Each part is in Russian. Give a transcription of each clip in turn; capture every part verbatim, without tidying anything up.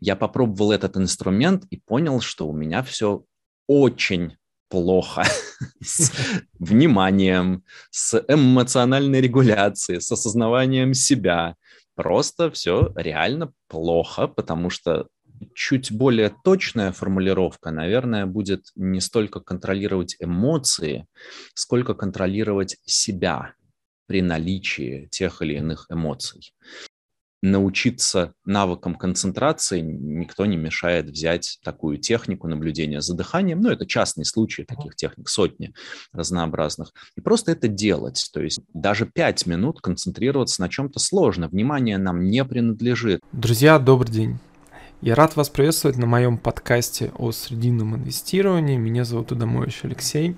Я попробовал этот инструмент и понял, что у меня все очень плохо с вниманием, с эмоциональной регуляцией, с осознаванием себя. Просто все реально плохо, потому что чуть более точная формулировка, наверное, будет не столько контролировать эмоции, сколько контролировать себя при наличии тех или иных эмоций. Научиться навыкам концентрации никто не мешает взять такую технику наблюдения за дыханием. Ну, это частный случай, таких техник сотни разнообразных. И просто это делать. То есть даже пять минут концентрироваться на чем-то сложно. Внимание нам не принадлежит. Друзья, добрый день. Я рад вас приветствовать на моем подкасте о срединном инвестировании. Меня зовут Адамович Алексей.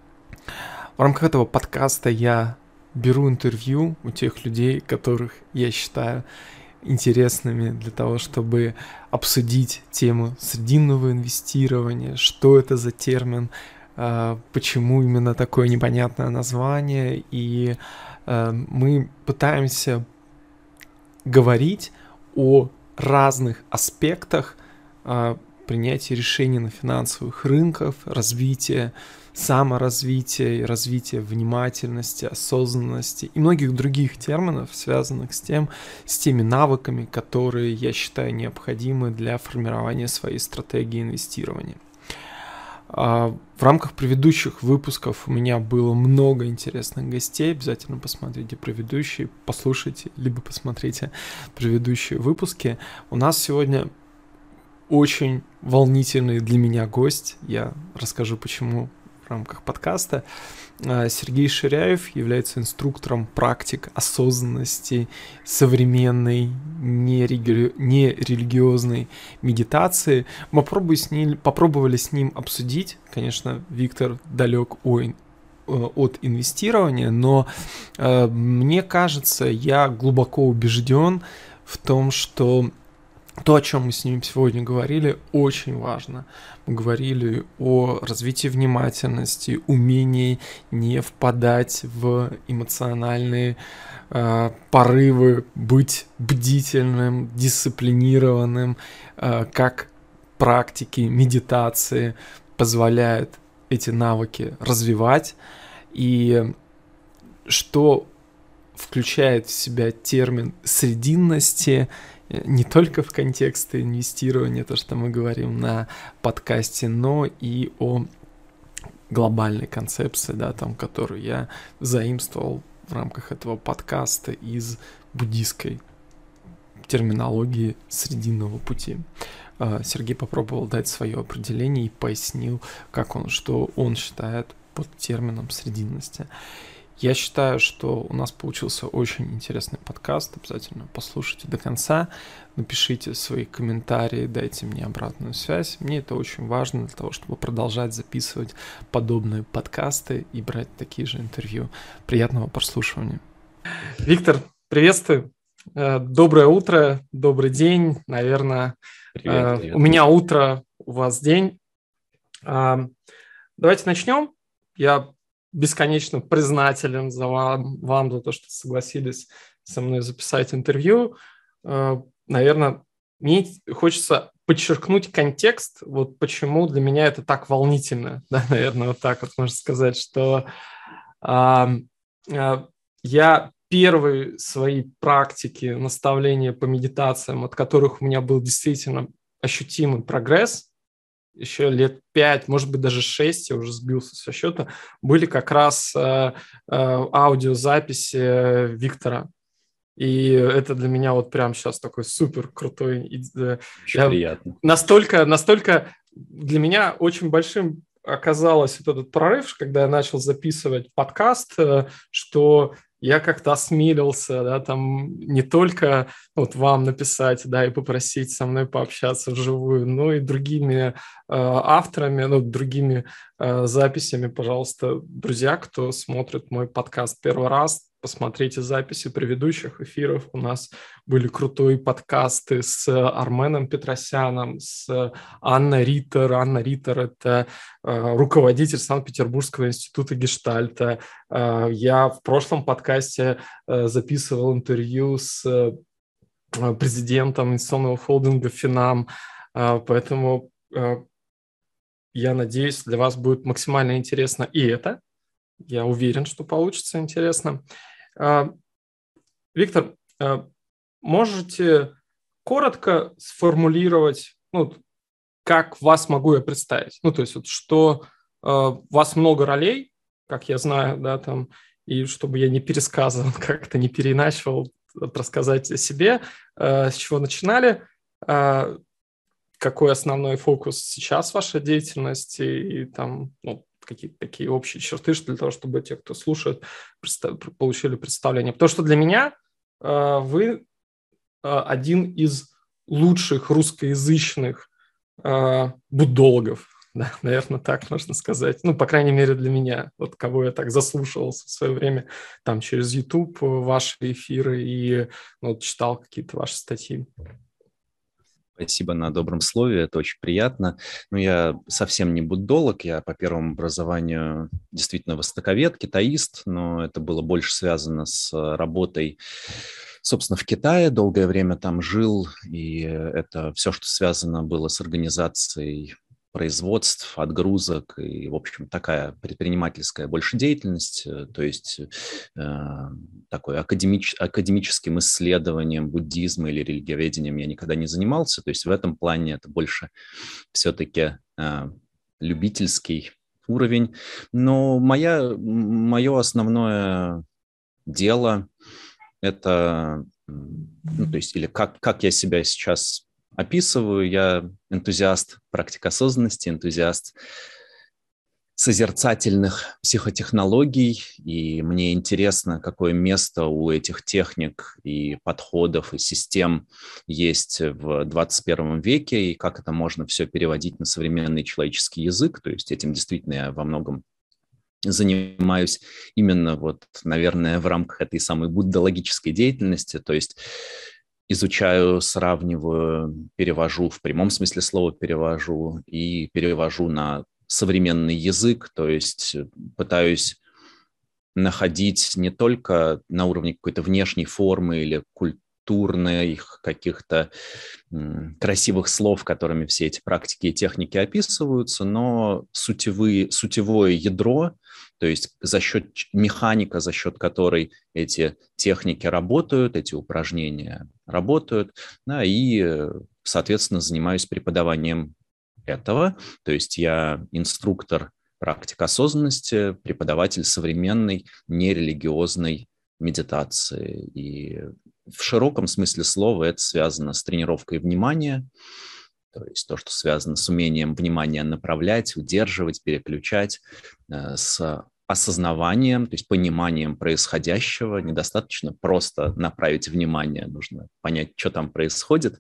В рамках этого подкаста я беру интервью у тех людей, которых я считаю интересными для того, чтобы обсудить тему срединного инвестирования, что это за термин, почему именно такое непонятное название. И мы пытаемся говорить о разных аспектах принятия решений на финансовых рынках, развития, саморазвития, развития внимательности, осознанности и многих других терминов, связанных с тем, с теми навыками, которые я считаю необходимы для формирования своей стратегии инвестирования. В рамках предыдущих выпусков у меня было много интересных гостей. Обязательно посмотрите предыдущие, послушайте, либо посмотрите предыдущие выпуски. У нас сегодня очень волнительный для меня гость. Я расскажу, почему в рамках подкаста. Сергей Ширяев является инструктором практик осознанности, современной, нерелигиозной медитации. Мы попробовали с ним, попробовали с ним обсудить. Конечно, Виктор далек от инвестирования, но мне кажется, я глубоко убежден в том, что то, о чем мы с ним сегодня говорили, очень важно. Мы говорили о развитии внимательности, умении не впадать в эмоциональные э, порывы, быть бдительным, дисциплинированным, э, как практики медитации позволяют эти навыки развивать, и что включает в себя термин срединности, не только в контексте инвестирования, то, что мы говорим на подкасте, но и о глобальной концепции, да, там, которую я заимствовал в рамках этого подкаста из буддийской терминологии срединного пути. Сергей попробовал дать свое определение и пояснил, как он, что он считает под термином срединности. Я считаю, что у нас получился очень интересный подкаст. Обязательно послушайте до конца, напишите свои комментарии, дайте мне обратную связь. Мне это очень важно для того, чтобы продолжать записывать подобные подкасты и брать такие же интервью. Приятного прослушивания. Виктор, приветствую. Доброе утро, добрый день. Наверное, привет, привет. У меня утро, у вас день. Давайте начнем. Я бесконечно признателен за вам, вам за то, что согласились со мной записать интервью. Наверное, мне хочется подчеркнуть контекст, вот почему для меня это так волнительно, да, наверное, вот так вот можно сказать, что э, э, я первые свои практики, наставления по медитациям, от которых у меня был действительно ощутимый прогресс, еще лет пять, может быть, даже шесть, я уже сбился со счета, были как раз э, э, аудиозаписи Виктора. И это для меня вот прямо сейчас такой супер крутой. Очень я приятно. Настолько, настолько для меня очень большим оказалось вот этот прорыв, когда я начал записывать подкаст, что я как-то осмелился, да, там не только вот вам написать, да, и попросить со мной пообщаться вживую, но и другими э, авторами, ну, другими э, записями, пожалуйста, друзья, кто смотрит мой подкаст первый раз, посмотрите записи предыдущих эфиров. У нас были крутые подкасты с Арменом Петросяном, с Анной Риттер. Анна Риттер – это э, руководитель Санкт-Петербургского института Гештальта. Э, я в прошлом подкасте э, записывал интервью с президентом инвестиционного холдинга Финам, поэтому я надеюсь, для вас будет максимально интересно и это. Я уверен, что получится интересно. Виктор, можете коротко сформулировать, ну, как вас могу я представить? Ну, то есть, вот, что у вас много ролей, как я знаю, да, там, и чтобы я не пересказывал, как-то не переиначивал, рассказать о себе, с чего начинали, какой основной фокус сейчас вашей деятельности и там, ну, какие-то такие общие черты, что для того, чтобы те, кто слушает, представ- получили представление. Потому что для меня э, вы э, один из лучших русскоязычных э, буддологов, да, наверное, так можно сказать. Ну, по крайней мере, для меня, вот кого я так заслушивался в свое время, там, через YouTube ваши эфиры и ну, читал какие-то ваши статьи. Спасибо на добром слове, это очень приятно. Но я совсем не буддолог, я по первому образованию действительно востоковед, китаист, но это было больше связано с работой, собственно, в Китае. Долгое время там жил, и это все, что связано было с организацией производств, отгрузок и, в общем, такая предпринимательская больше деятельность, то есть э, такой академич, академическим исследованием буддизма или религиоведением я никогда не занимался, то есть в этом плане это больше все-таки э, любительский уровень, но моя, мое основное дело это, ну, то есть, или как, как я себя сейчас описываю, я энтузиаст практик осознанности, энтузиаст созерцательных психотехнологий, и мне интересно, какое место у этих техник и подходов и систем есть в двадцать первом веке, и как это можно все переводить на современный человеческий язык, то есть этим действительно я во многом занимаюсь именно вот, наверное, в рамках этой самой буддологической деятельности, то есть изучаю, сравниваю, перевожу, в прямом смысле слова перевожу и перевожу на современный язык, то есть пытаюсь находить не только на уровне какой-то внешней формы или культурных каких-то красивых слов, которыми все эти практики и техники описываются, но сутевые, сутевое ядро, то есть за счет механика, за счет которой эти техники работают, эти упражнения работают, да, и, соответственно, занимаюсь преподаванием этого. То есть я инструктор практик осознанности, преподаватель современной нерелигиозной медитации. И в широком смысле слова это связано с тренировкой внимания, то есть то, что связано с умением внимания направлять, удерживать, переключать, с осознаванием, то есть пониманием происходящего. Недостаточно просто направить внимание, нужно понять, что там происходит.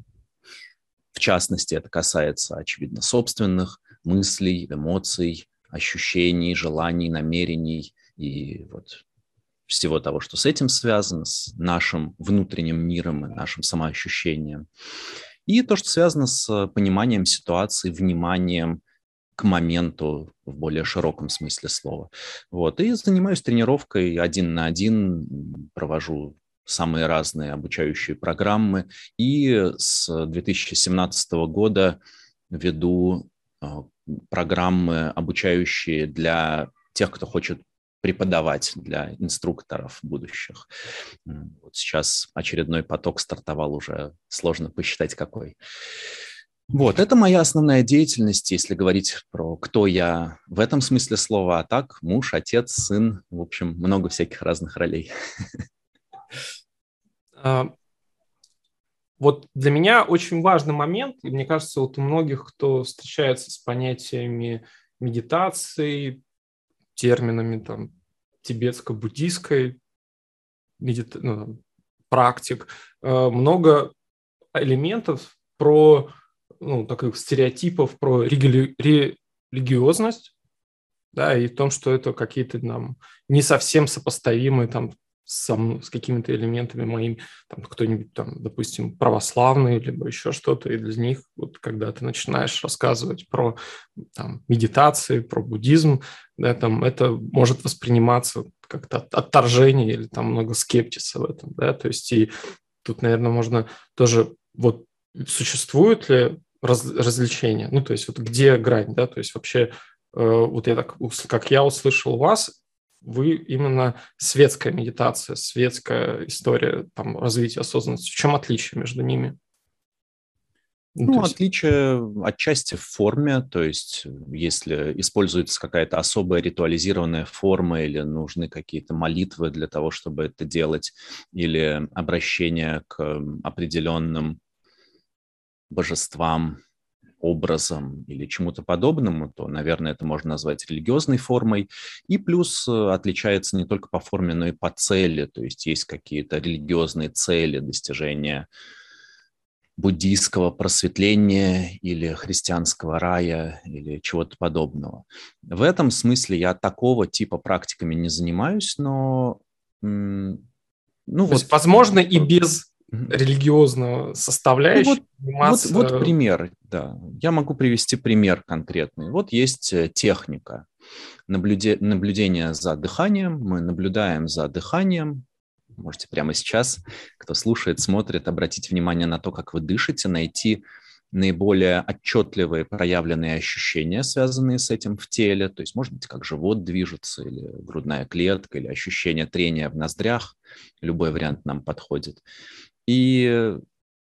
В частности, это касается, очевидно, собственных мыслей, эмоций, ощущений, желаний, намерений и вот всего того, что с этим связано, с нашим внутренним миром и нашим самоощущением. И то, что связано с пониманием ситуации, вниманием к моменту в более широком смысле слова. Вот. И занимаюсь тренировкой один на один, провожу самые разные обучающие программы. И с две тысячи семнадцатого года веду программы, обучающие для тех, кто хочет преподавать, для инструкторов будущих. Вот сейчас очередной поток стартовал, уже сложно посчитать какой. Вот, это моя основная деятельность, если говорить про кто я в этом смысле слова, а так муж, отец, сын, в общем, много всяких разных ролей. Вот для меня очень важный момент, и мне кажется, вот у многих, кто встречается с понятиями медитации, терминами там тибетско-буддийской медита... ну, практик, много элементов про, ну, таких стереотипов про религи... религиозность, да, и в том, что это какие-то нам не совсем сопоставимые там с, с какими-то элементами моими, там кто-нибудь там, допустим, православный, либо еще что-то, и для них, вот когда ты начинаешь рассказывать про там, медитации, про буддизм, да, там, это может восприниматься как-то отторжение или там много скептиса в этом, да, то есть и тут, наверное, можно тоже, вот существует ли раз, развлечение, ну, то есть вот где грань, да, то есть вообще, э, вот я так, как я услышал вас, вы именно светская медитация, светская история, там, развития осознанности. В чем отличие между ними? Ну, ну есть... отличие отчасти в форме, то есть если используется какая-то особая ритуализированная форма или нужны какие-то молитвы для того, чтобы это делать, или обращение к определенным божествам, образом или чему-то подобному, то, наверное, это можно назвать религиозной формой. И плюс отличается не только по форме, но и по цели, то есть есть какие-то религиозные цели достижения буддийского просветления или христианского рая или чего-то подобного. В этом смысле я такого типа практиками не занимаюсь, но... Ну, то вот, есть, возможно, и без религиозного составляющего. Ну, вот, вот, вот пример, да. Я могу привести пример конкретный. Вот есть техника наблюде... наблюдения за дыханием. Мы наблюдаем за дыханием. Можете прямо сейчас, кто слушает, смотрит, обратить внимание на то, как вы дышите, найти наиболее отчетливые проявленные ощущения, связанные с этим в теле. То есть, может быть, как живот движется, или грудная клетка, или ощущение трения в ноздрях. Любой вариант нам подходит. И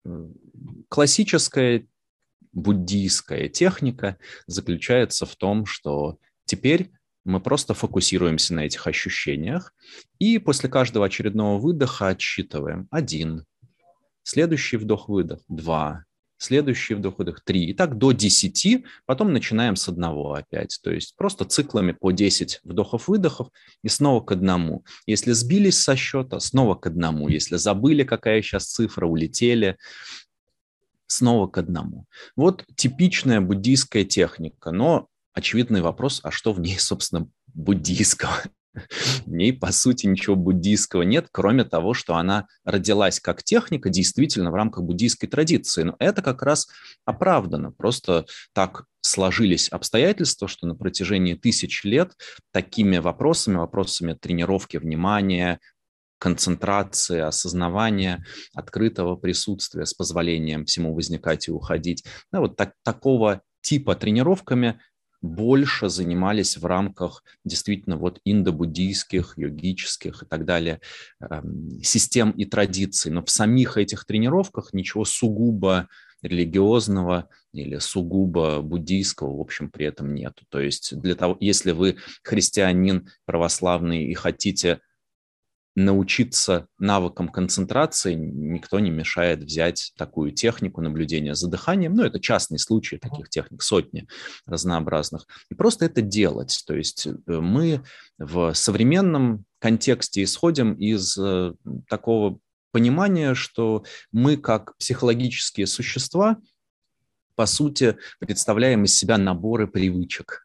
классическая буддийская техника заключается в том, что теперь мы просто фокусируемся на этих ощущениях и после каждого очередного выдоха отсчитываем один, следующий вдох-выдох два, следующий вдох-выдох три, и так до десяти, потом начинаем с одного опять, то есть просто циклами по десять вдохов-выдохов и снова к одному. Если сбились со счета, снова к одному, если забыли, какая сейчас цифра, улетели, снова к одному. Вот типичная буддийская техника, но очевидный вопрос, а что в ней, собственно, буддийского? В ней, по сути, ничего буддийского нет, кроме того, что она родилась как техника действительно в рамках буддийской традиции. Но это как раз оправдано. Просто так сложились обстоятельства, что на протяжении тысяч лет такими вопросами, вопросами тренировки внимания, концентрации, осознавания, открытого присутствия с позволением всему возникать и уходить, да, вот так, такого типа тренировками больше занимались в рамках действительно вот индо-буддийских, йогических и так далее э, систем и традиций. Но в самих этих тренировках ничего сугубо религиозного или сугубо буддийского, в общем, при этом нету. То есть для того, если вы христианин православный и хотите научиться навыкам концентрации, никто не мешает взять такую технику наблюдения за дыханием. Ну, это частный случай, таких техник сотни разнообразных. И просто это делать. То есть мы в современном контексте исходим из такого понимания, что мы как психологические существа, по сути, представляем из себя наборы привычек.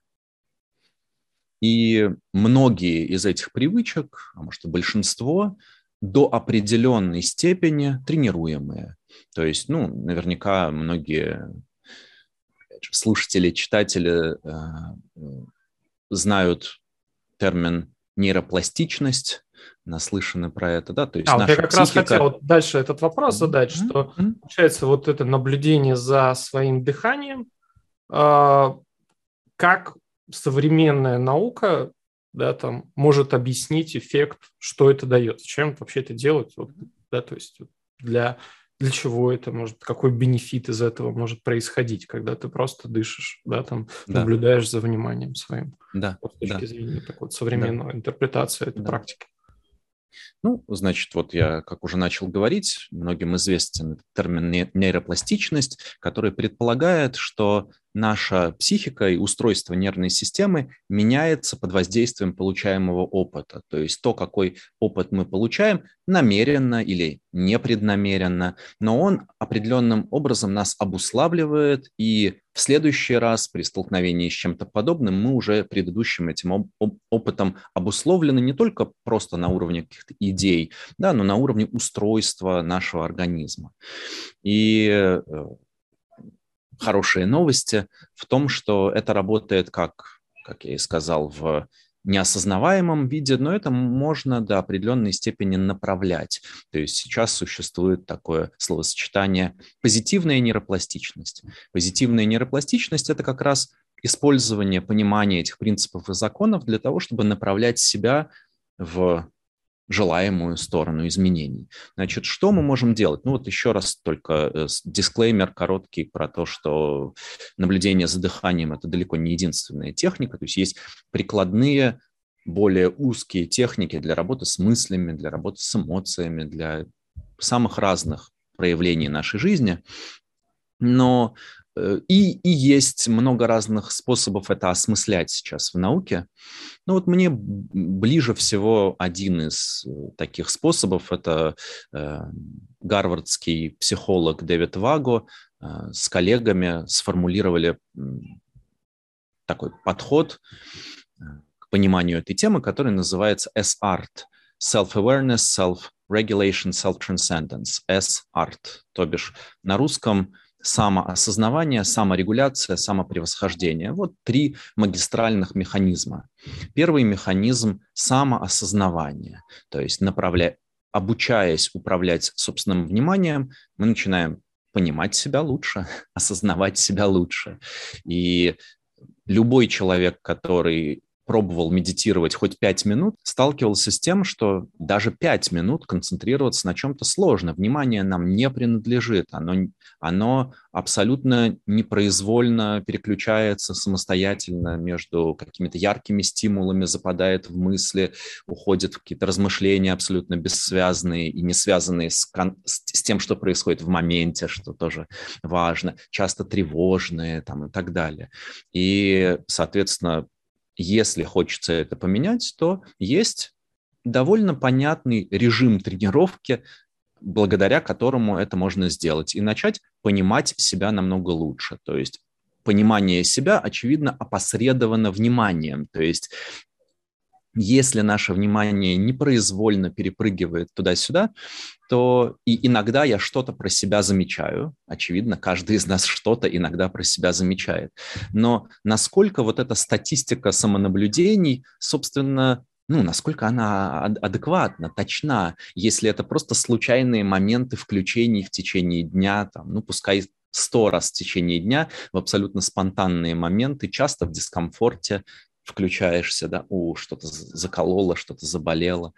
И многие из этих привычек, а может и большинство, до определенной степени тренируемые. То есть, ну, наверняка многие слушатели, читатели э, знают термин нейропластичность, наслышаны про это, да? То есть а, вот я как психика... раз хотел дальше этот вопрос задать, mm-hmm. что, mm-hmm. получается, вот это наблюдение за своим дыханием, э, как современная наука, да, там, может объяснить эффект, что это дает, зачем вообще это делать, вот, да, то есть для, для чего это может, какой бенефит из этого может происходить, когда ты просто дышишь, да, там, да. наблюдаешь за вниманием своим. Да. Вот с точки да. зрения так вот, современной да. интерпретации этой да. практики. Ну, значит, вот я, как уже начал говорить, многим известен термин нейропластичность, который предполагает, что наша психика и устройство нервной системы меняется под воздействием получаемого опыта. То есть то, какой опыт мы получаем, намеренно или непреднамеренно, но он определенным образом нас обуславливает, и в следующий раз при столкновении с чем-то подобным мы уже предыдущим этим оп- опытом обусловлены не только просто на уровне каких-то идей, да, но на уровне устройства нашего организма. И хорошие новости в том, что это работает, как, как я и сказал, в неосознаваемом виде, но это можно до определенной степени направлять. То есть сейчас существует такое словосочетание «позитивная нейропластичность». Позитивная нейропластичность – это как раз использование понимания этих принципов и законов для того, чтобы направлять себя в желаемую сторону изменений. Значит, что мы можем делать? Ну вот еще раз только дисклеймер короткий про то, что наблюдение за дыханием – это далеко не единственная техника. То есть есть прикладные, более узкие техники для работы с мыслями, для работы с эмоциями, для самых разных проявлений нашей жизни. Но и, и есть много разных способов это осмыслять сейчас в науке. Ну вот мне ближе всего один из таких способов – это э, гарвардский психолог Дэвид Ваго э, с коллегами сформулировали э, такой подход к пониманию этой темы, который называется эс-арт – Self-Awareness, Self-Regulation, Self-Transcendence, эс-арт, то бишь на русском самоосознавание, саморегуляция, самопревосхождение. Вот три магистральных механизма. Первый механизм – самоосознавание, то есть направля... обучаясь управлять собственным вниманием, мы начинаем понимать себя лучше, осознавать себя лучше. И любой человек, который пробовал медитировать хоть пять минут, сталкивался с тем, что даже пять минут концентрироваться на чем-то сложно. Внимание нам не принадлежит, оно, оно абсолютно непроизвольно переключается самостоятельно между какими-то яркими стимулами, западает в мысли, уходит в какие-то размышления абсолютно бессвязные и не связанные с, с тем, что происходит в моменте, что тоже важно, часто тревожные там, и так далее. И, соответственно, если хочется это поменять, то есть довольно понятный режим тренировки, благодаря которому это можно сделать, и начать понимать себя намного лучше. То есть понимание себя, очевидно, опосредовано вниманием. То есть если наше внимание непроизвольно перепрыгивает туда-сюда, то и иногда я что-то про себя замечаю. Очевидно, каждый из нас что-то иногда про себя замечает. Но насколько вот эта статистика самонаблюдений, собственно, ну, насколько она адекватна, точна, если это просто случайные моменты включений в течение дня, там, ну, пускай сто раз в течение дня, в абсолютно спонтанные моменты, часто в дискомфорте, включаешься, да, о, что-то закололо, что-то заболело.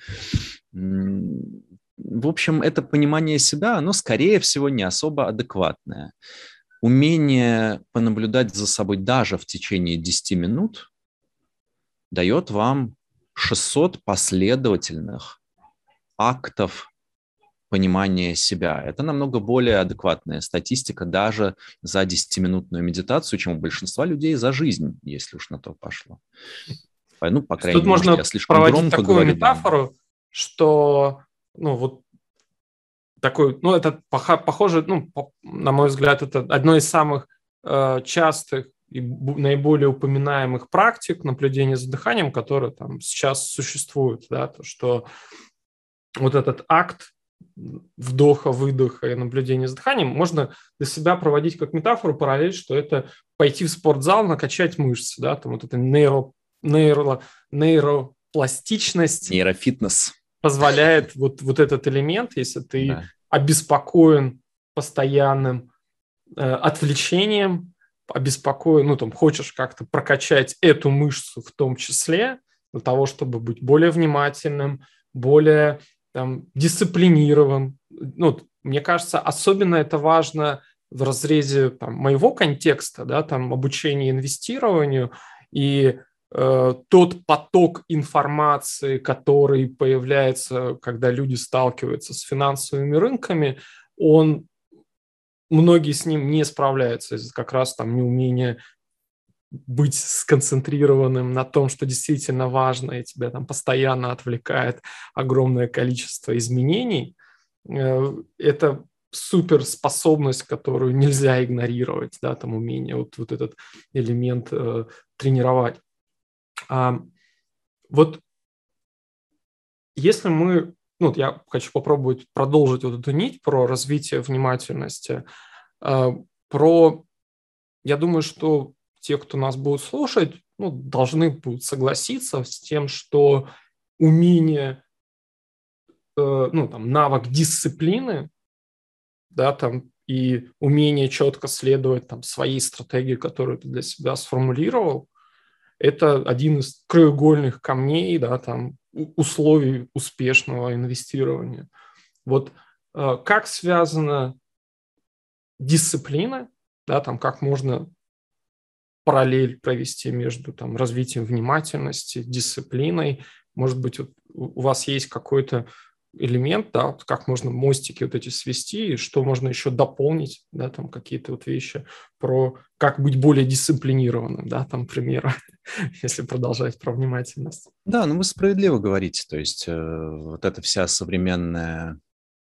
В общем, это понимание себя, оно, скорее всего, не особо адекватное. Умение понаблюдать за собой даже в течение десяти минут дает вам шестьсот последовательных актов понимания себя. Это намного более адекватная статистика даже за десятиминутную медитацию, чем у большинства людей за жизнь, если уж на то пошло. Ну, по крайней мере, можно я слишком проводить громко такую говорю, метафору, да. Что, ну, вот такой, ну, это похоже, ну, на мой взгляд, это одно из самых э, частых и наиболее упоминаемых практик наблюдения за дыханием, которые там сейчас существуют, да, то, что вот этот акт вдоха, выдоха и наблюдения за дыханием можно для себя проводить как метафору, параллель, что это пойти в спортзал, накачать мышцы, да, там вот это нейро, нейро, нейропластичность. Нейрофитнес. Позволяет вот, вот этот элемент, если ты да. обеспокоен постоянным э, отвлечением, обеспокоен, ну, там, хочешь как-то прокачать эту мышцу в том числе, для того, чтобы быть более внимательным, более там, дисциплинирован. Ну, мне кажется, особенно это важно в разрезе там, моего контекста, да, там, обучения инвестированию, и э, тот поток информации, который появляется, когда люди сталкиваются с финансовыми рынками, он, многие с ним не справляются из-за как раз там неумения быть сконцентрированным на том, что действительно важно, и тебя там постоянно отвлекает огромное количество изменений. Это суперспособность, которую нельзя игнорировать, да, там умение вот, вот этот элемент э, тренировать. А, вот если мы, ну, вот я хочу попробовать продолжить вот эту нить про развитие внимательности, э, про, я думаю, что те, кто нас будут слушать, ну, должны будут согласиться с тем, что умение, э, ну, там, навык дисциплины, да, там, и умение четко следовать там своей стратегии, которую ты для себя сформулировал, это один из краеугольных камней, да, там, условий успешного инвестирования. Вот э, как связана дисциплина, да, там, как можно параллель провести между там, развитием внимательности, дисциплиной. Может быть, вот у вас есть какой-то элемент, да, вот как можно мостики вот эти свести, и что можно еще дополнить, да, там какие-то вот вещи про как быть более дисциплинированным, да, там примеры, если продолжать про внимательность. Да, ну вы справедливо говорите, то есть э, вот эта вся современная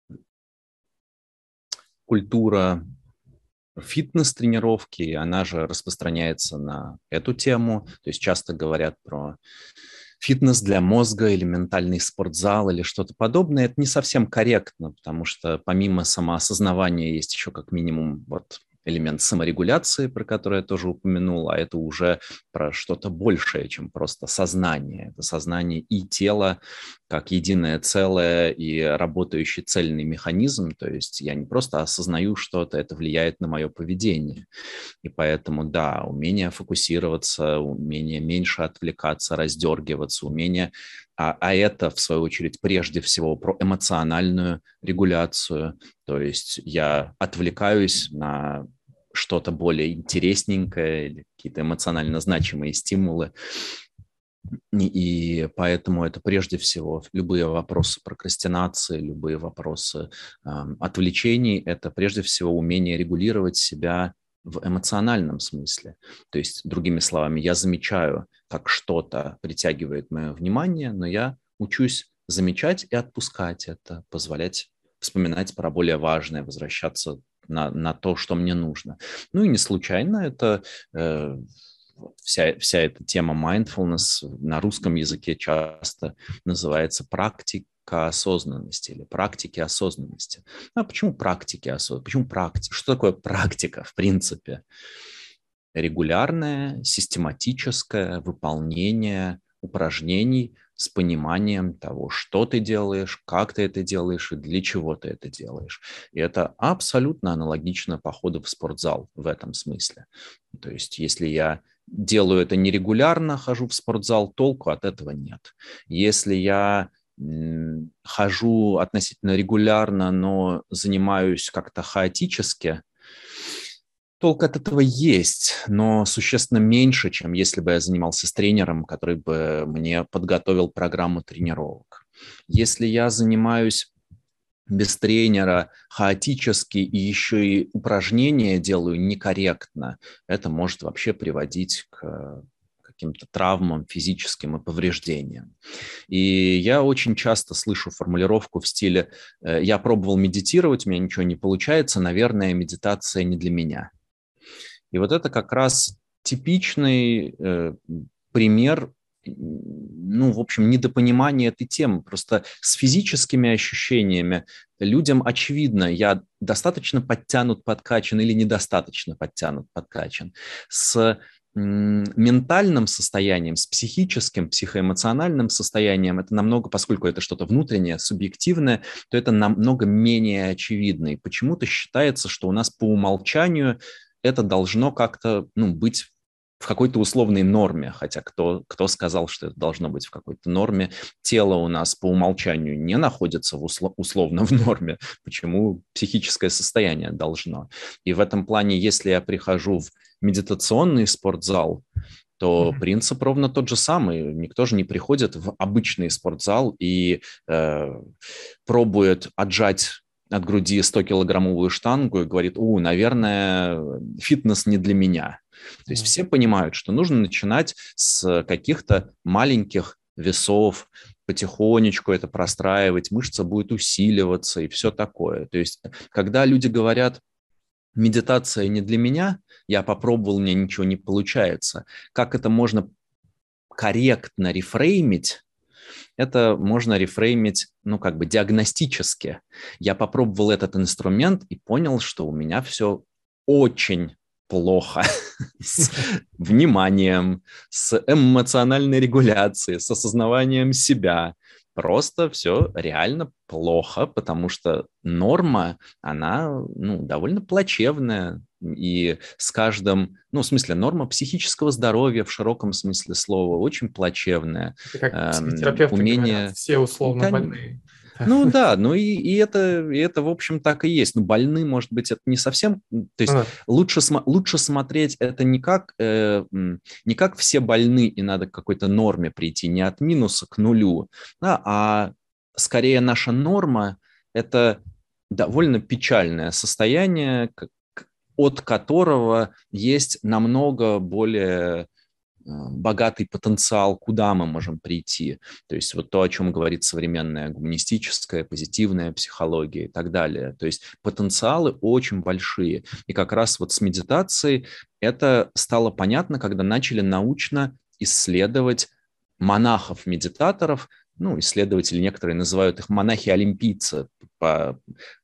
культура фитнес-тренировки, она же распространяется на эту тему, то есть часто говорят про фитнес для мозга или ментальный спортзал или что-то подобное. Это не совсем корректно, потому что помимо самоосознавания есть еще как минимум вот элемент саморегуляции, про который я тоже упомянул, а это уже про что-то большее, чем просто сознание. Это сознание и тело как единое целое и работающий цельный механизм. То есть я не просто осознаю что-то, это влияет на мое поведение. И поэтому, да, умение фокусироваться, умение меньше отвлекаться, раздергиваться, умение... А, а это, в свою очередь, прежде всего про эмоциональную регуляцию. То есть я отвлекаюсь на что-то более интересненькое или какие-то эмоционально значимые стимулы. И поэтому это прежде всего любые вопросы прокрастинации, любые вопросы э, отвлечений, это прежде всего умение регулировать себя в эмоциональном смысле. То есть, другими словами, я замечаю, как что-то притягивает мое внимание, но я учусь замечать и отпускать это, позволять вспоминать про более важное, возвращаться на, на то, что мне нужно. Ну и не случайно это... Э, Вся, вся эта тема mindfulness на русском языке часто называется практика осознанности или практики осознанности. А почему практики осознанности? Почему практика? Что такое практика в принципе? Регулярное, систематическое выполнение упражнений с пониманием того, что ты делаешь, как ты это делаешь и для чего ты это делаешь. И это абсолютно аналогично походу в спортзал в этом смысле. То есть если я делаю это нерегулярно, хожу в спортзал, толку от этого нет. Если я м, хожу относительно регулярно, но занимаюсь как-то хаотически, толк от этого есть, но существенно меньше, чем если бы я занимался с тренером, который бы мне подготовил программу тренировок. Если я занимаюсь без тренера хаотически и еще и упражнения делаю некорректно, это может вообще приводить к каким-то травмам физическим и повреждениям. И я очень часто слышу формулировку в стиле «я пробовал медитировать, у меня ничего не получается, наверное, медитация не для меня». И вот это как раз типичный э, пример, ну, в общем, недопонимания этой темы. Просто с физическими ощущениями людям очевидно, я достаточно подтянут, подкачан или недостаточно подтянут, подкачан. С ментальным состоянием, с психическим, психоэмоциональным состоянием, это намного, поскольку это что-то внутреннее, субъективное, то это намного менее очевидно. И почему-то считается, что у нас по умолчанию это должно как-то, ну, быть в какой-то условной норме, хотя кто, кто сказал, что это должно быть в какой-то норме. Тело у нас по умолчанию не находится в услов, условно в норме. Почему психическое состояние должно? И в этом плане, если я прихожу в медитационный спортзал, то принцип ровно тот же самый. Никто же не приходит в обычный спортзал и э, пробует отжать от груди сто-килограммовую штангу и говорит, у, наверное, фитнес не для меня. То есть все понимают, что нужно начинать с каких-то маленьких весов, потихонечку это простраивать, мышца будет усиливаться и все такое. То есть когда люди говорят, медитация не для меня, я попробовал, у меня ничего не получается, как это можно корректно рефреймить? Это можно рефреймить, ну, как бы диагностически. Я попробовал этот инструмент и понял, что у меня все очень плохо с вниманием, с эмоциональной регуляцией, с осознаванием себя. Просто все реально плохо, потому что норма, она ну, довольно плачевная. И с каждым, ну, в смысле, норма психического здоровья в широком смысле слова очень плачевная. Это как Эм, психотерапевты умение... говорят, все условно Кон- больные. Ну да, ну и, и, это, и это, в общем, так и есть. Ну, больны, может быть, это не совсем... То есть А, лучше, смо- лучше смотреть это не как, э, м, не как все больны, и надо к какой-то норме прийти, не от минуса к нулю, да, а скорее наша норма– это довольно печальное состояние, к- к- от которого есть намного более богатый потенциал, куда мы можем прийти. То есть вот то, о чем говорит современная гуманистическая, позитивная психология и так далее. То есть потенциалы очень большие. И как раз вот с медитацией это стало понятно, когда начали научно исследовать монахов-медитаторов. Ну, исследователи некоторые называют их монахи-олимпийцы по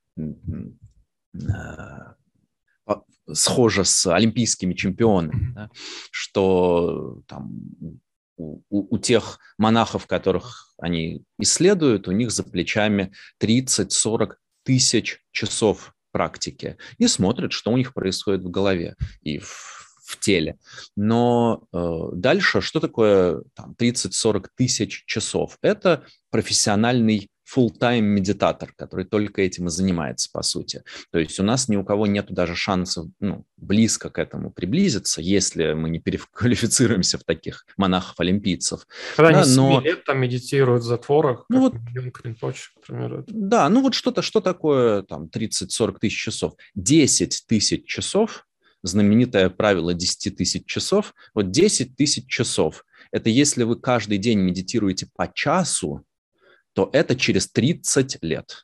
схоже с олимпийскими чемпионами, да, что там, у, у, у тех монахов, которых они исследуют, у них за плечами тридцать-сорок тысяч часов практики и смотрят, что у них происходит в голове и в, в теле. Но э, дальше, что такое там, тридцать-сорок тысяч часов? Это профессиональный full-time медитатор, который только этим и занимается, по сути. То есть у нас ни у кого нет даже шансов ну, близко к этому приблизиться, если мы не переквалифицируемся в таких монахов-олимпийцев. Когда они Да, семи но... лет там медитируют в затворах, Ну как вот, Юнг Ринпоче, к примеру. Это. да, ну вот что-то, что такое там тридцать-сорок тысяч часов? десять тысяч часов, знаменитое правило десять тысяч часов, вот десять тысяч часов. Это если вы каждый день медитируете по часу, то это через тридцать лет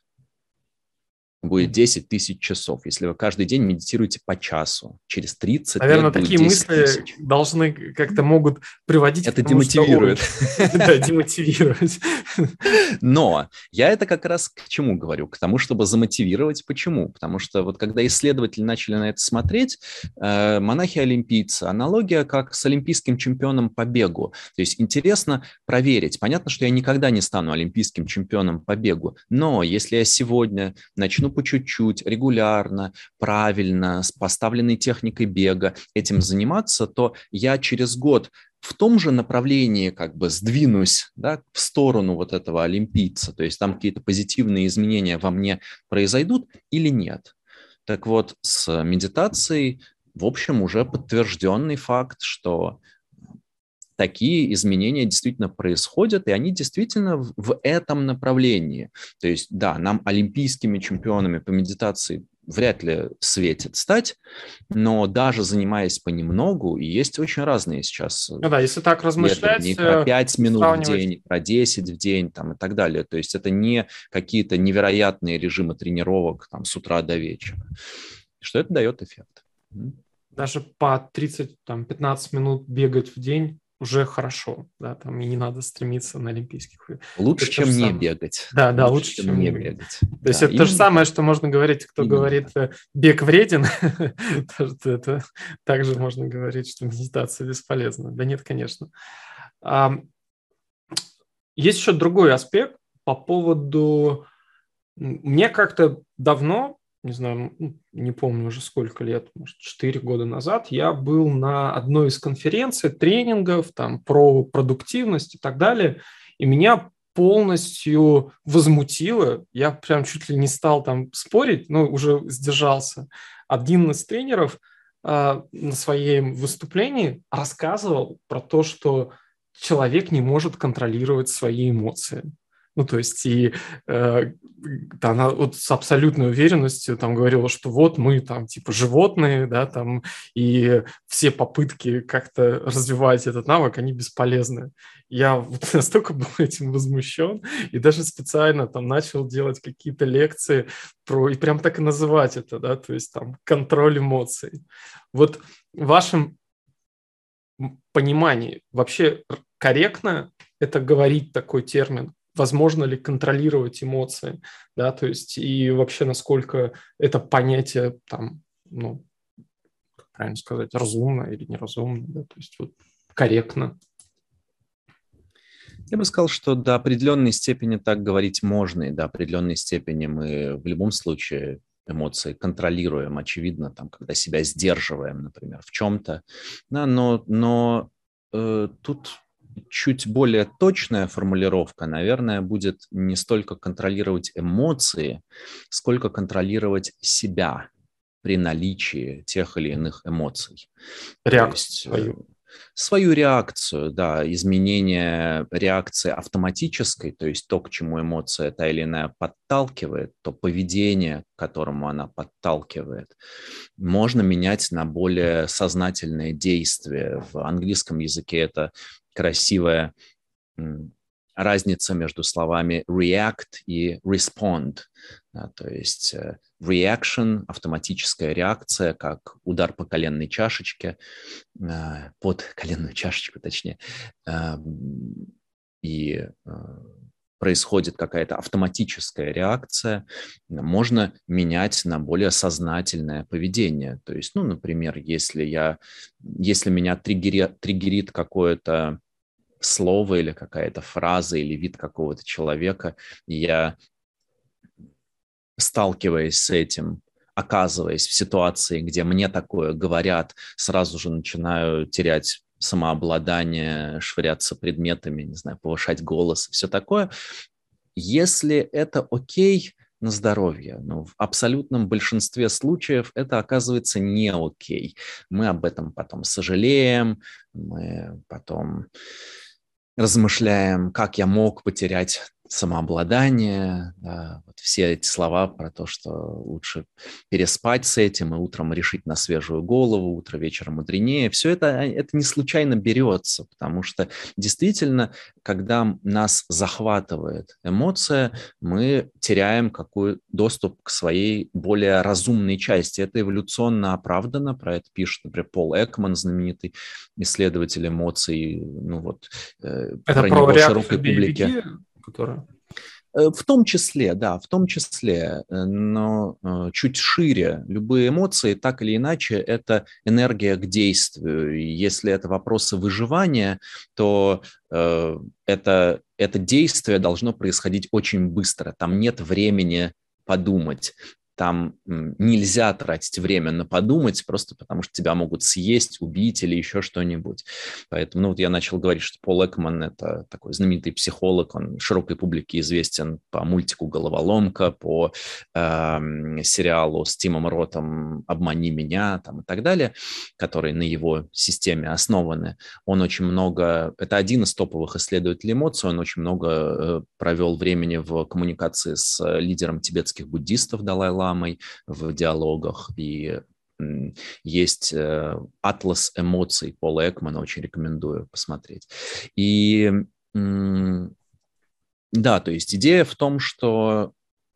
будет десять тысяч часов. Если вы каждый день медитируете по часу, через тридцать Наверное, лет будет такие десять мысли тысяч. должны как-то могут приводить Это к тому, демотивирует. Что... Да, демотивировать. Но я это как раз к чему говорю? К тому, чтобы замотивировать. Почему? Потому что вот когда исследователи начали на это смотреть, э, монахи-олимпийцы, аналогия как с олимпийским чемпионом по бегу. То есть интересно проверить. Понятно, что я никогда не стану олимпийским чемпионом по бегу, но если я сегодня начну по чуть-чуть, регулярно, правильно, с поставленной техникой бега этим заниматься, то я через год в том же направлении как бы сдвинусь, да, в сторону вот этого олимпийца, то есть там какие-то позитивные изменения во мне произойдут или нет. Так вот, с медитацией, в общем, уже подтвержденный факт, что такие изменения действительно происходят, и они действительно в, в этом направлении. То есть, да, нам олимпийскими чемпионами по медитации вряд ли светит стать, но даже занимаясь понемногу, и есть очень разные сейчас Ну да, если так размышлять, про пять минут в сравнивать... день, про десять в день там, и так далее. То есть это не какие-то невероятные режимы тренировок там, с утра до вечера. Что это дает эффект. Даже по тридцать-пятнадцать минут бегать в день уже хорошо, да, там и не надо стремиться на олимпийских. Лучше, это чем не самое. бегать. Да, да, лучше, лучше, чем, чем не не бегать. бегать. То да, есть это то же самое, что можно говорить, кто именно говорит, так. бег вреден, это также можно говорить, что медитация бесполезна. Да нет, конечно. Есть еще другой аспект по поводу... Мне как-то давно, не знаю, не помню уже сколько лет, может, четыре года назад, я был на одной из конференций, тренингов там, про продуктивность и так далее, и меня полностью возмутило, я прям чуть ли не стал там спорить, но уже сдержался. Один из тренеров э, на своем выступлении рассказывал про то, что человек не может контролировать свои эмоции. Ну, то есть, и э, она вот с абсолютной уверенностью там говорила, что вот мы там типа животные, да, там, и все попытки как-то развивать этот навык, они бесполезны. Я вот настолько был этим возмущен, и даже специально там начал делать какие-то лекции про, и прям так и называть это, да, то есть там контроль эмоций. Вот в вашем понимании вообще корректно это говорить такой термин? Возможно ли контролировать эмоции, да, то есть и вообще насколько это понятие там, ну, правильно сказать, разумно или неразумно, да, то есть вот корректно. Я бы сказал, что до определенной степени так говорить можно, и до определенной степени мы в любом случае эмоции контролируем, очевидно, там, когда себя сдерживаем, например, в чем-то. Да, но но э, тут чуть более точная формулировка, наверное, будет не столько контролировать эмоции, сколько контролировать себя при наличии тех или иных эмоций. Реакцию То есть, свою. Свою реакцию, да, изменение реакции автоматической, то есть то, к чему эмоция та или иная подталкивает, то поведение, к которому она подталкивает, можно менять на более сознательные действия. В английском языке это красивая разница между словами react и respond. Да, то есть reaction, автоматическая реакция, как удар по коленной чашечке, под коленную чашечку, точнее, и происходит какая-то автоматическая реакция, можно менять на более сознательное поведение. То есть, ну, например, если я, если меня триггерит, триггерит какое-то слово или какая-то фраза или вид какого-то человека, и я, сталкиваясь с этим, оказываясь в ситуации, где мне такое говорят, сразу же начинаю терять самообладание, швыряться предметами, не знаю, повышать голос, все такое. Если это окей, на здоровье, но в абсолютном большинстве случаев это оказывается не окей. Мы об этом потом сожалеем, мы потом размышляем, как я мог потерять самообладание, да, вот все эти слова про то, что лучше переспать с этим и утром решить на свежую голову, утро вечером мудренее, все это, это не случайно берется, потому что действительно, когда нас захватывает эмоция, мы теряем какой доступ к своей более разумной части. Это эволюционно оправдано, про это пишет, например, Пол Экман, знаменитый исследователь эмоций, ну вот, это про, про него широкой публике. Которая... В том числе, да, в том числе, но чуть шире. Любые эмоции, так или иначе, это энергия к действию. И если это вопросы выживания, то э, это, это действие должно происходить очень быстро. Там нет времени подумать. Там нельзя тратить время на подумать, просто потому что тебя могут съесть, убить или еще что-нибудь. Поэтому, ну вот я начал говорить, что Пол Экман – это такой знаменитый психолог, он широкой публике известен по мультику «Головоломка», по э, сериалу с Тимом Ротом «Обмани меня» там, и так далее, которые на его системе основаны. Он очень много, это один из топовых исследователей эмоций, он очень много э, провел времени в коммуникации с лидером тибетских буддистов Далай-Ламой, в диалогах, и есть э, атлас эмоций Пола Экмана, очень рекомендую посмотреть. И э, да, то есть идея в том, что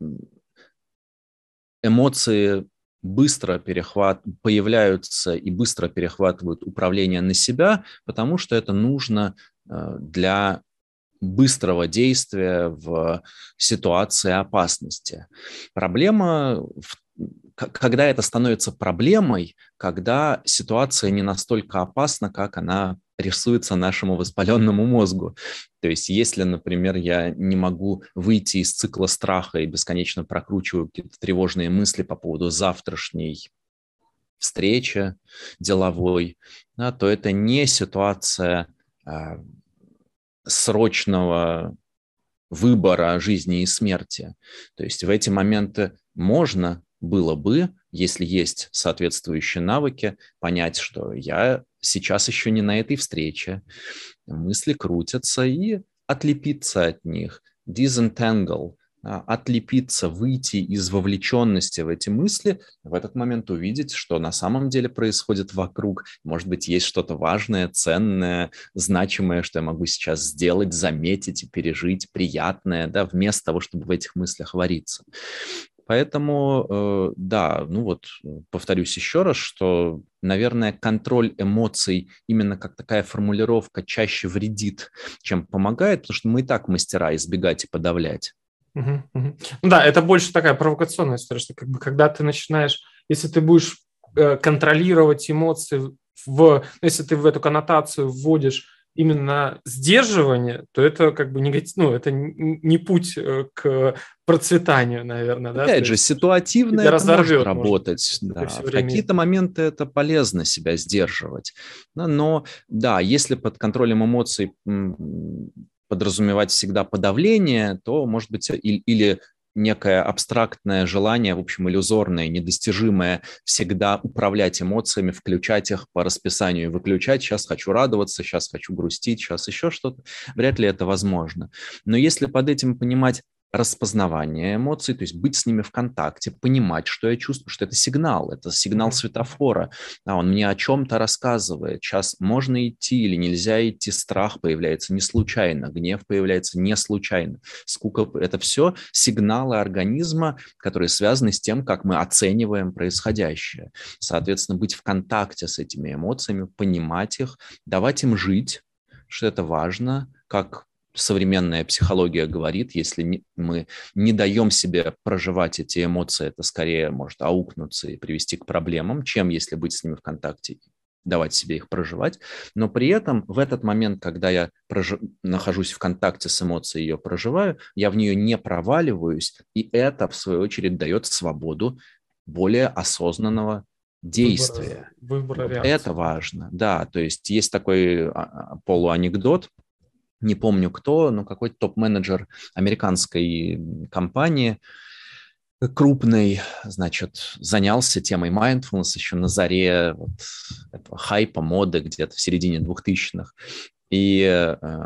эмоции быстро перехват... появляются и быстро перехватывают управление на себя, потому что это нужно э, для быстрого действия в ситуации опасности. Проблема, в, когда это становится проблемой, когда ситуация не настолько опасна, как она рисуется нашему воспаленному мозгу. То есть если, например, я не могу выйти из цикла страха и бесконечно прокручиваю какие-то тревожные мысли по поводу завтрашней встречи деловой, да, то это не ситуация а, срочного выбора жизни и смерти. То есть в эти моменты можно было бы, если есть соответствующие навыки, понять, что я сейчас еще не на этой встрече, мысли крутятся, и отлепиться от них, disentangle, отлепиться, выйти из вовлеченности в эти мысли, в этот момент увидеть, что на самом деле происходит вокруг. Может быть, есть что-то важное, ценное, значимое, что я могу сейчас сделать, заметить и пережить, приятное, да, вместо того, чтобы в этих мыслях вариться. Поэтому, э, да, ну вот повторюсь еще раз, что, наверное, контроль эмоций именно как такая формулировка чаще вредит, чем помогает, потому что мы и так мастера избегать и подавлять. Угу, угу. Ну да, это больше такая провокационная история, что как бы когда ты начинаешь, если ты будешь контролировать эмоции, в, если ты в эту коннотацию вводишь именно сдерживание, то это как бы негатив, ну, это не путь к процветанию, наверное. Опять да? же, ситуативно это может работать. Может, да. В какие-то моменты это полезно себя сдерживать. Но, да, если под контролем эмоций подразумевать всегда подавление, то, может быть, или, или некое абстрактное желание, в общем, иллюзорное, недостижимое, всегда управлять эмоциями, включать их по расписанию и выключать. Сейчас хочу радоваться, сейчас хочу грустить, сейчас еще что-то. Вряд ли это возможно. Но если под этим понимать распознавание эмоций, то есть быть с ними в контакте, понимать, что я чувствую, что это сигнал, это сигнал светофора, а он мне о чем-то рассказывает, сейчас можно идти или нельзя идти, страх появляется не случайно, гнев появляется не случайно, скука, это все сигналы организма, которые связаны с тем, как мы оцениваем происходящее. Соответственно, быть в контакте с этими эмоциями, понимать их, давать им жить, что это важно, как современная психология говорит, если не, мы не даем себе проживать эти эмоции, это скорее может аукнуться и привести к проблемам, чем если быть с ними в контакте и давать себе их проживать. Но при этом в этот момент, когда я прожи... нахожусь в контакте с эмоцией и ее проживаю, я в нее не проваливаюсь, и это, в свою очередь, дает свободу более осознанного действия. Выбора, выбора вот это важно. Да, то есть есть такой полуанекдот, не помню кто, но какой-то топ-менеджер американской компании крупный, значит, занялся темой mindfulness еще на заре вот этого хайпа, моды где-то в середине двухтысячных. И э,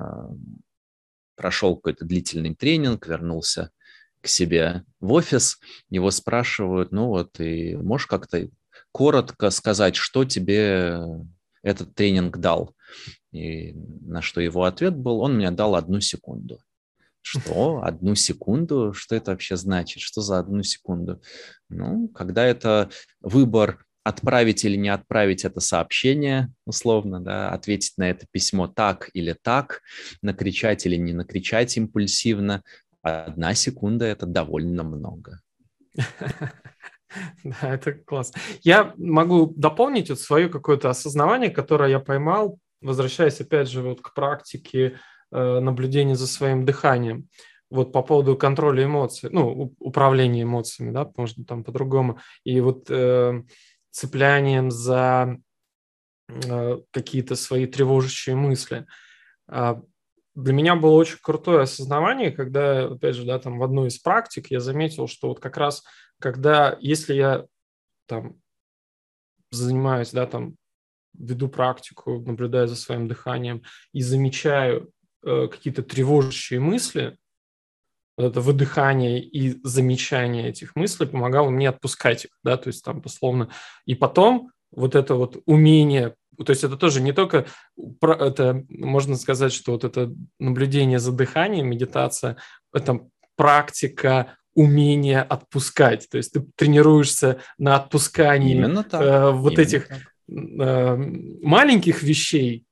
прошел какой-то длительный тренинг, вернулся к себе в офис, его спрашивают, ну вот, и можешь как-то коротко сказать, что тебе этот тренинг дал? И на что его ответ был, он мне дал одну секунду. Что? Одну секунду? Что это вообще значит? Что за одну секунду? Ну, когда это выбор отправить или не отправить это сообщение, условно, да, ответить на это письмо так или так, накричать или не накричать импульсивно, одна секунда – это довольно много. Да, это классно. Я могу дополнить вот свое какое-то осознавание, которое я поймал, возвращаясь опять же вот к практике э, наблюдения за своим дыханием. Вот по поводу контроля эмоций, ну, управления эмоциями, да, можно там по-другому. И вот э, цеплянием за э, какие-то свои тревожащие мысли. А для меня было очень крутое осознавание, когда, опять же, да, там в одной из практик я заметил, что вот как раз когда, если я там занимаюсь, да, там веду практику, наблюдаю за своим дыханием и замечаю э, какие-то тревожащие мысли, вот это выдыхание и замечание этих мыслей помогало мне отпускать их, да, то есть там условно. И потом вот это вот умение, то есть это тоже не только, это можно сказать, что вот это наблюдение за дыханием, медитация, это практика умение отпускать. То есть ты тренируешься на отпускании Именно так. э, вот Именно этих так. э, маленьких вещей,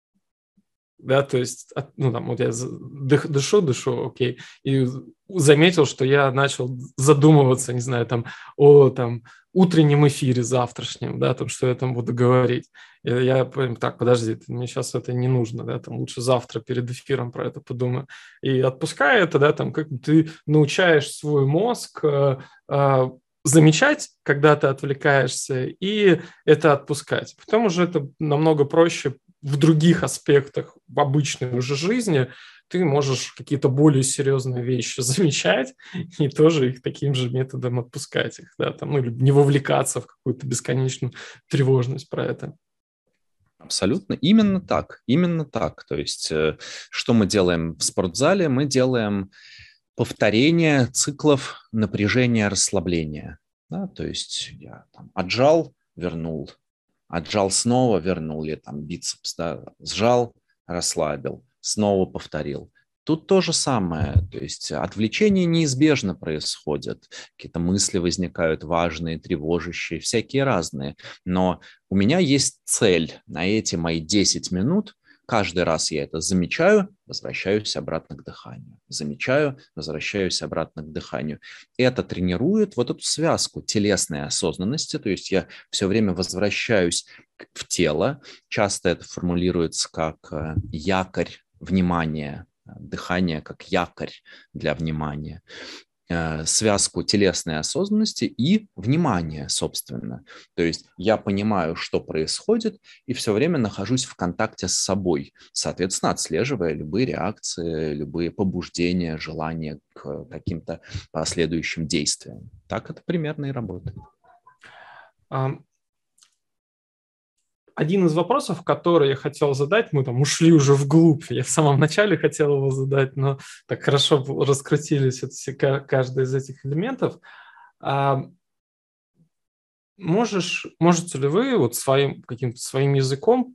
да, то есть, ну, там, вот я дых, дышу, дышу, окей, и заметил, что я начал задумываться, не знаю, там, о, там, утреннем эфире завтрашнем, да, там, что я там буду говорить. И я понял, так, подожди, мне сейчас это не нужно, да, там, лучше завтра перед эфиром про это подумаю. И отпуская это, да, там, как ты научаешь свой мозг э, э, замечать, когда ты отвлекаешься, и это отпускать. Потом уже это намного проще в других аспектах в обычной уже жизни, ты можешь какие-то более серьезные вещи замечать и тоже их таким же методом отпускать их, да, там, ну, или не вовлекаться в какую-то бесконечную тревожность про это. Абсолютно. Именно так. Именно так. То есть, что мы делаем в спортзале? Мы делаем повторение циклов напряжения, расслабления. Да? То есть я там отжал, вернул, отжал снова, вернул, или там бицепс, да, сжал, расслабил, снова повторил. Тут то же самое, то есть отвлечение неизбежно происходит, какие-то мысли возникают важные, тревожащие, всякие разные, но у меня есть цель на эти мои десять минут каждый раз я это замечаю, возвращаюсь обратно к дыханию. Замечаю, возвращаюсь обратно к дыханию. Это тренирует вот эту связку телесной осознанности, то есть я все время возвращаюсь в тело. Часто это формулируется как якорь внимания, дыхание как якорь для внимания. Связку телесной осознанности и внимания, собственно. То есть я понимаю, что происходит, и все время нахожусь в контакте с собой, соответственно, отслеживая любые реакции, любые побуждения, желания к каким-то последующим действиям. Так это примерно и работает. Один из вопросов, который я хотел задать, мы там ушли уже вглубь, я в самом начале хотел его задать, но так хорошо раскрутились все, каждый из этих элементов. Можешь, можете ли вы вот своим каким-то своим языком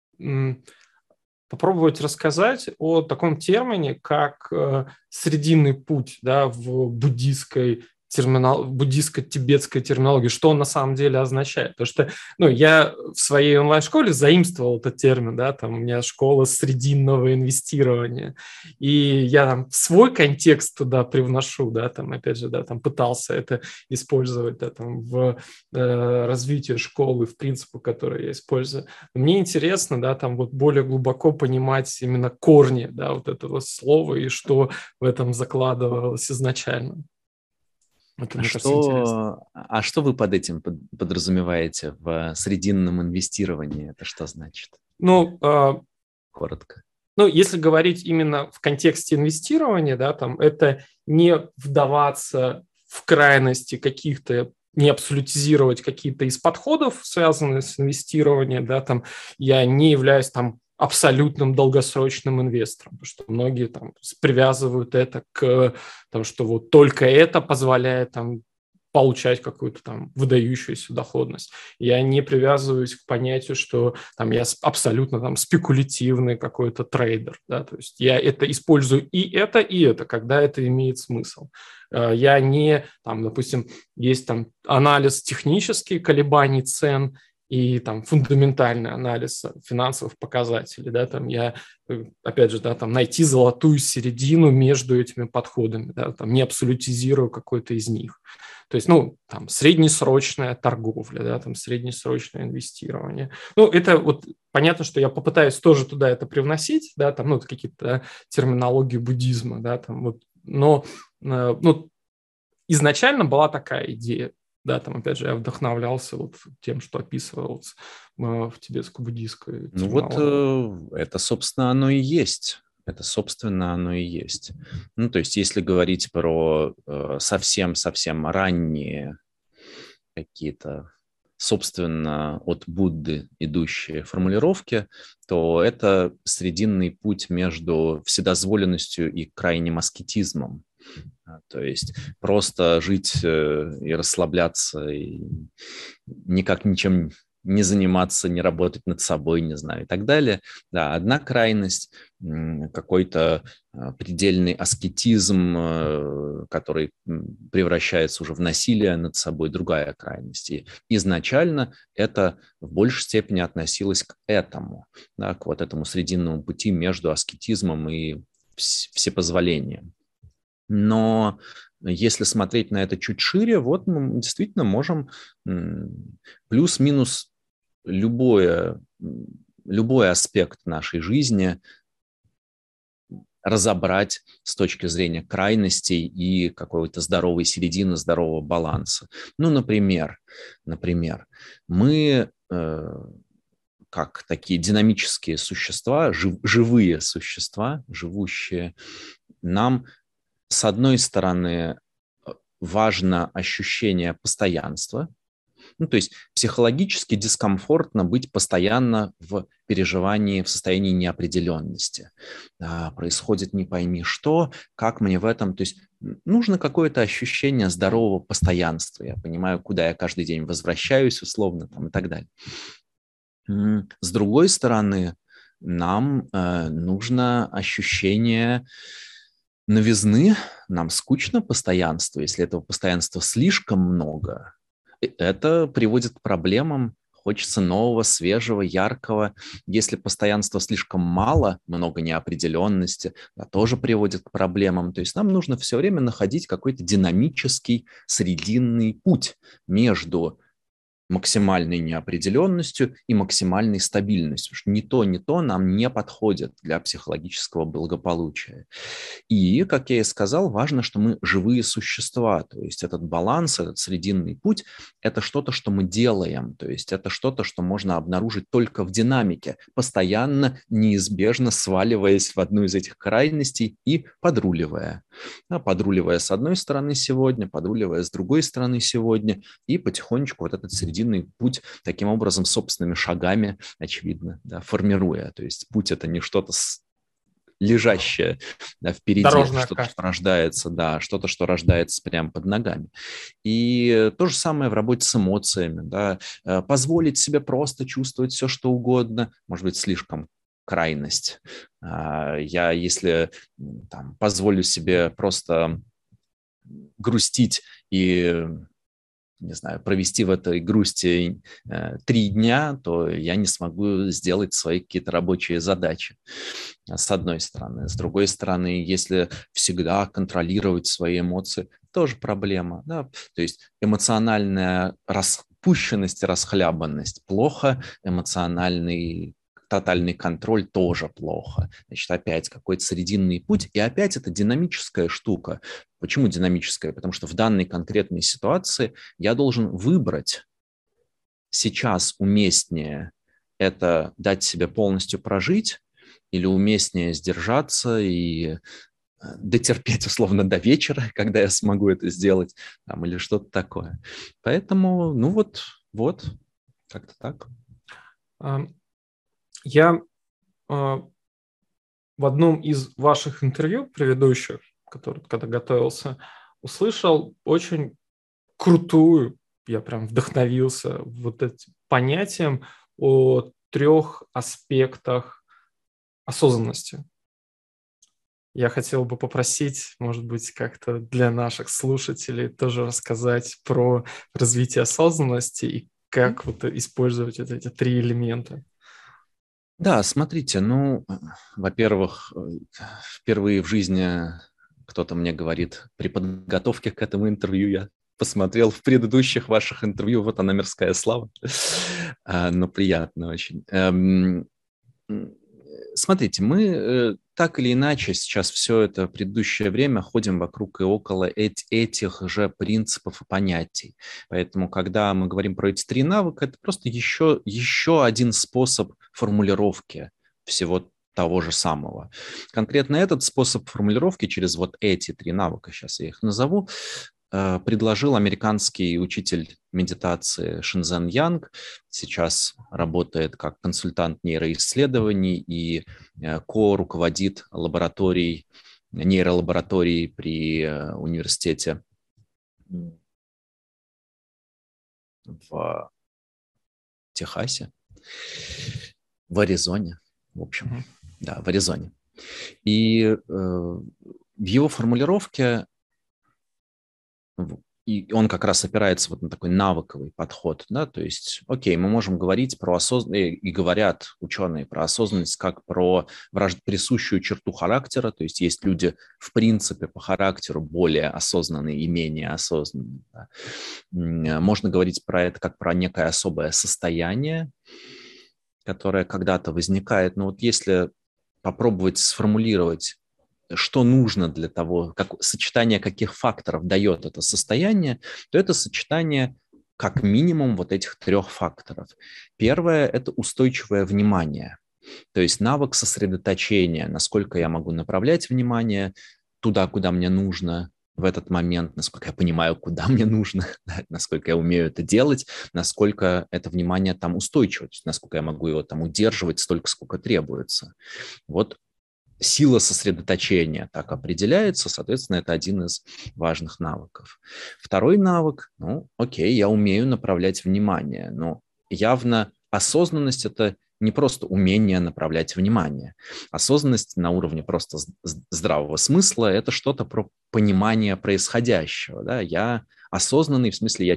попробовать рассказать о таком термине, как срединный путь, да, в буддийской терминал, буддийско-тибетской терминологии, что он на самом деле означает. Потому что ну, я в своей онлайн-школе заимствовал этот термин, да, там у меня школа срединного инвестирования, и я там свой контекст туда привношу, да, там опять же, да, там пытался это использовать, да, там в э, развитии школы, в принципах, которые я использую. Мне интересно, да, там вот более глубоко понимать именно корни, да, вот этого слова и что в этом закладывалось изначально. Это, а, что, а что вы под этим подразумеваете в срединном инвестировании? Это что значит? Ну, коротко. Ну, если говорить именно в контексте инвестирования, да, там это не вдаваться в крайности каких-то, не абсолютизировать какие-то из подходов, связанные с инвестированием, да, там я не являюсь там абсолютным долгосрочным инвестором, потому что многие там привязывают это к тому, что вот только это позволяет там получать какую-то там выдающуюся доходность. Я не привязываюсь к понятию, что там я абсолютно там спекулятивный какой-то трейдер, да, то есть я это использую и это, и это, когда это имеет смысл. Я не, там, допустим, есть там анализ технический колебаний цен, и там фундаментальный анализ финансовых показателей, да, там я, опять же, да, там найти золотую середину между этими подходами, да, там не абсолютизирую какой-то из них. То есть, ну, там среднесрочная торговля, да, там среднесрочное инвестирование. Ну, это вот понятно, что я попытаюсь тоже туда это привносить, да, там, ну, какие-то да, терминологии буддизма, да, там вот, но, ну, изначально была такая идея. Да, там, опять же, я вдохновлялся вот тем, что описывал в тибетско-буддийской терминологии. Ну вот это, собственно, оно и есть. Это, собственно, оно и есть. Ну, то есть, если говорить про совсем-совсем ранние какие-то, собственно, от Будды идущие формулировки, то это срединный путь между вседозволенностью и крайним аскетизмом. То есть просто жить и расслабляться, и никак ничем не заниматься, не работать над собой, не знаю, и так далее. Да, одна крайность, какой-то предельный аскетизм, который превращается уже в насилие над собой, другая крайность. И изначально это в большей степени относилось к этому, да, к вот этому срединному пути между аскетизмом и всепозволением. Но если смотреть на это чуть шире, вот мы действительно можем плюс-минус любое, любой аспект нашей жизни разобрать с точки зрения крайностей и какой-то здоровой середины, здорового баланса. Ну, например, например мы э, как такие динамические существа, жив, живые существа, живущие, нам с одной стороны, важно ощущение постоянства, ну, то есть психологически дискомфортно быть постоянно в переживании, в состоянии неопределенности. А, происходит не пойми что, как мне в этом... То есть нужно какое-то ощущение здорового постоянства. Я понимаю, куда я каждый день возвращаюсь, условно, там, и так далее. С другой стороны, нам э, нужно ощущение новизны, нам скучно постоянство. Если этого постоянства слишком много, это приводит к проблемам, хочется нового, свежего, яркого. Если постоянства слишком мало, много неопределенности, это тоже приводит к проблемам. То есть нам нужно все время находить какой-то динамический срединный путь между максимальной неопределенностью и максимальной стабильностью. Потому что ни то, ни то нам не подходит для психологического благополучия. И, как я и сказал, важно, что мы живые существа. То есть этот баланс, этот срединный путь – это что-то, что мы делаем. То есть это что-то, что можно обнаружить только в динамике, постоянно, неизбежно сваливаясь в одну из этих крайностей и подруливая. Подруливая с одной стороны сегодня, подруливая с другой стороны сегодня, и потихонечку вот этот срединный путь таким образом собственными шагами, очевидно, да, формируя. То есть путь – это не что-то лежащее, да, впереди, Дорожная что-то, карта. что рождается, да, что-то, что рождается прямо под ногами. И то же самое в работе с эмоциями, да, позволить себе просто чувствовать все, что угодно, может быть, слишком крайность. Я, если там, позволю себе просто грустить и, не знаю, провести в этой грусти э, три дня, то я не смогу сделать свои какие-то рабочие задачи, с одной стороны. С другой стороны, если всегда контролировать свои эмоции, тоже проблема. Да? То есть эмоциональная распущенность и расхлябанность плохо, эмоциональный тотальный контроль тоже плохо. Значит, опять какой-то срединный путь, и опять это динамическая штука. Почему динамическая? Потому что в данной конкретной ситуации я должен выбрать. Сейчас уместнее это дать себе полностью прожить, или уместнее сдержаться и дотерпеть условно до вечера, когда я смогу это сделать, там, или что-то такое. Поэтому, ну вот, вот, как-то так. Я э, в одном из ваших интервью предыдущих, который, когда готовился, услышал очень крутую, я прям вдохновился вот этим понятием о трех аспектах осознанности. Я хотел бы попросить, может быть, как-то для наших слушателей тоже рассказать про развитие осознанности и как вот использовать вот эти три элемента. Да, смотрите, ну, во-первых, впервые в жизни кто-то мне говорит, при подготовке к этому интервью я посмотрел в предыдущих ваших интервью, вот она мирская слава, но приятно очень. Смотрите, мы так или иначе сейчас все это предыдущее время ходим вокруг и около этих же принципов и понятий. Поэтому, когда мы говорим про эти три навыка, это просто еще, еще один способ формулировки всего того же самого. Конкретно этот способ формулировки через вот эти три навыка, сейчас я их назову, предложил американский учитель медитации Шэньцзэн Янг. Сейчас работает как консультант нейроисследований и ко-руководит лабораторией, нейролабораторией при университете в Техасе, в Аризоне, в общем, да, в Аризоне. И э, в его формулировке и он как раз опирается вот на такой навыковый подход, да, то есть, окей, мы можем говорить про осознанность, и говорят ученые про осознанность как про присущую черту характера, то есть есть люди, в принципе, по характеру более осознанные и менее осознанные. Да. Можно говорить про это как про некое особое состояние, которое когда-то возникает, но вот если попробовать сформулировать, что нужно для того, как, сочетание каких факторов дает это состояние, то это сочетание как минимум вот этих трех факторов. Первое – это устойчивое внимание, то есть навык сосредоточения, насколько я могу направлять внимание туда, куда мне нужно в этот момент, насколько я понимаю, куда мне нужно, насколько я умею это делать, насколько это внимание там устойчиво, то есть насколько я могу его там удерживать столько, сколько требуется. Вот сила сосредоточения так определяется, соответственно, это один из важных навыков. Второй навык, ну, окей, я умею направлять внимание, но явно осознанность – это не просто умение направлять внимание. Осознанность на уровне просто здравого смысла – это что-то про понимание происходящего. Да? Я осознанный, в смысле, я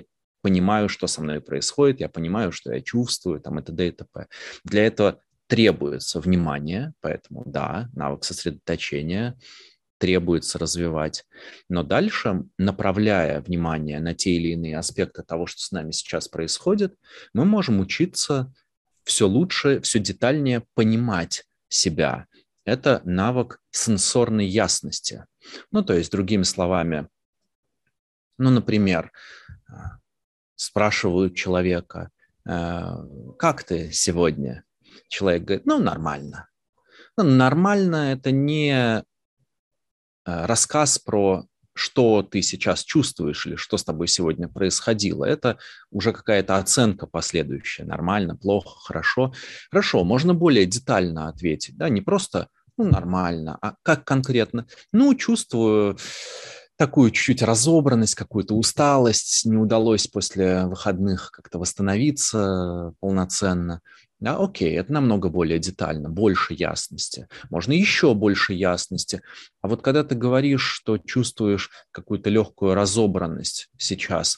понимаю, что со мной происходит, я понимаю, что я чувствую, там, и т.д. и т.п. Для этого требуется внимание, поэтому, да, навык сосредоточения требуется развивать. Но дальше, направляя внимание на те или иные аспекты того, что с нами сейчас происходит, мы можем учиться все лучше, все детальнее понимать себя. Это навык сенсорной ясности. Ну, то есть, другими словами, ну, например, спрашивают человека, как ты сегодня? Человек говорит, ну, нормально. Ну, нормально – это не рассказ про что ты сейчас чувствуешь или что с тобой сегодня происходило. Это уже какая-то оценка последующая. Нормально, плохо, хорошо. Хорошо, можно более детально ответить. Да? Не просто ну, нормально, а как конкретно? Ну, чувствую такую чуть-чуть разобранность, какую-то усталость. Не удалось после выходных как-то восстановиться полноценно. Да, окей, это намного более детально, больше ясности. Можно еще больше ясности. А вот когда ты говоришь, что чувствуешь какую-то легкую разобранность сейчас,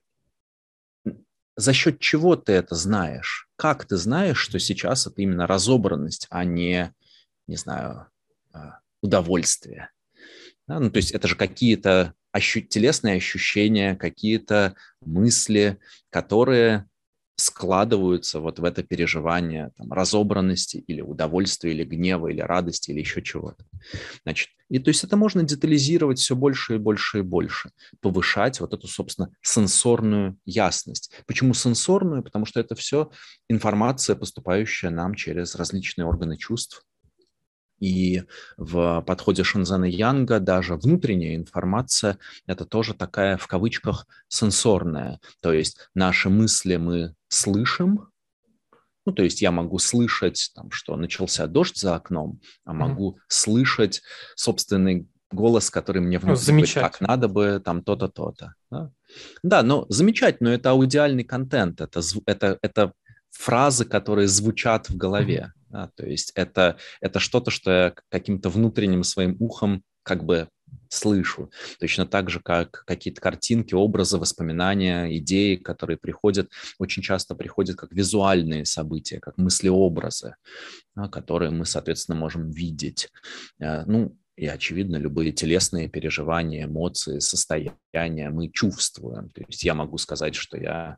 за счет чего ты это знаешь? Как ты знаешь, что сейчас это именно разобранность, а не, не знаю, удовольствие? Да, ну, то есть это же какие-то ощу- телесные ощущения, какие-то мысли, которые складываются вот в это переживание там, разобранности или удовольствия, или гнева, или радости, или еще чего-то. Значит, и то есть это можно детализировать все больше и больше и больше, повышать вот эту, собственно, сенсорную ясность. Почему сенсорную? Потому что это все информация, поступающая нам через различные органы чувств. И в подходе Шензена Янга даже внутренняя информация – это тоже такая, в кавычках, сенсорная. То есть наши мысли мы слышим, ну, то есть я могу слышать, там, что начался дождь за окном, а могу mm-hmm. слышать собственный голос, который мне внутри говорит, как надо бы, там, то-то, то-то. Да, да, но замечать, но это аудиальный контент, это, это, это фразы, которые звучат в голове. Mm-hmm. Да, то есть это, это что-то, что я каким-то внутренним своим ухом как бы слышу. Точно так же, как какие-то картинки, образы, воспоминания, идеи, которые приходят, очень часто приходят как визуальные события, как мыслеобразы, да, которые мы, соответственно, можем видеть. Ну, и, очевидно, любые телесные переживания, эмоции, состояния мы чувствуем. То есть я могу сказать, что я,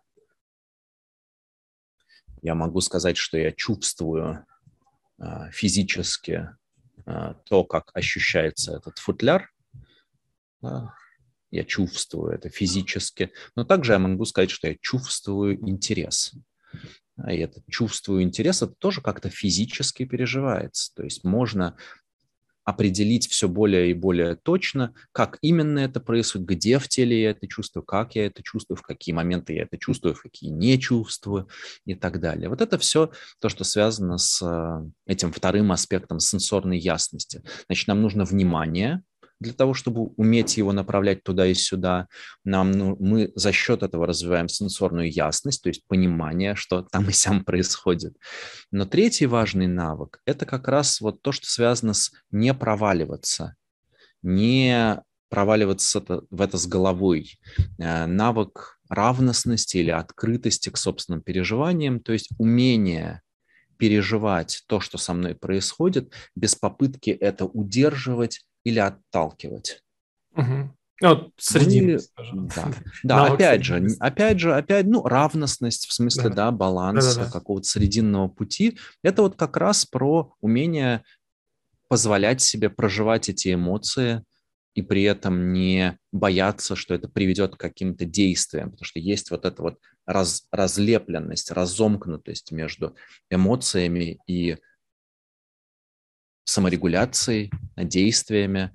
я могу сказать, что я чувствую физически то, как ощущается этот футляр, да, я чувствую это физически, но также я могу сказать, что я чувствую интерес. И это чувствую интерес, это тоже как-то физически переживается. То есть можно определить все более и более точно, как именно это происходит, где в теле я это чувствую, как я это чувствую, в какие моменты я это чувствую, в какие не чувствую и так далее. Вот это все то, что связано с этим вторым аспектом сенсорной ясности. Значит, нам нужно внимание для того, чтобы уметь его направлять туда и сюда. Нам, ну, мы за счет этого развиваем сенсорную ясность, то есть понимание, что там и сям происходит. Но третий важный навык – это как раз вот то, что связано с не проваливаться, не проваливаться в это с головой. Навык равностности или открытости к собственным переживаниям, то есть умение переживать то, что со мной происходит, без попытки это удерживать или отталкивать. Угу. Ну, среди, Мы, да, да опять же, опять же, опять, ну, равностность в смысле, да, да баланса, да, да, да. какого-то срединного пути. Это вот как раз про умение позволять себе проживать эти эмоции и при этом не бояться, что это приведет к каким-то действиям, потому что есть вот эта вот раз, разлепленность, разомкнутость между эмоциями и саморегуляцией, действиями,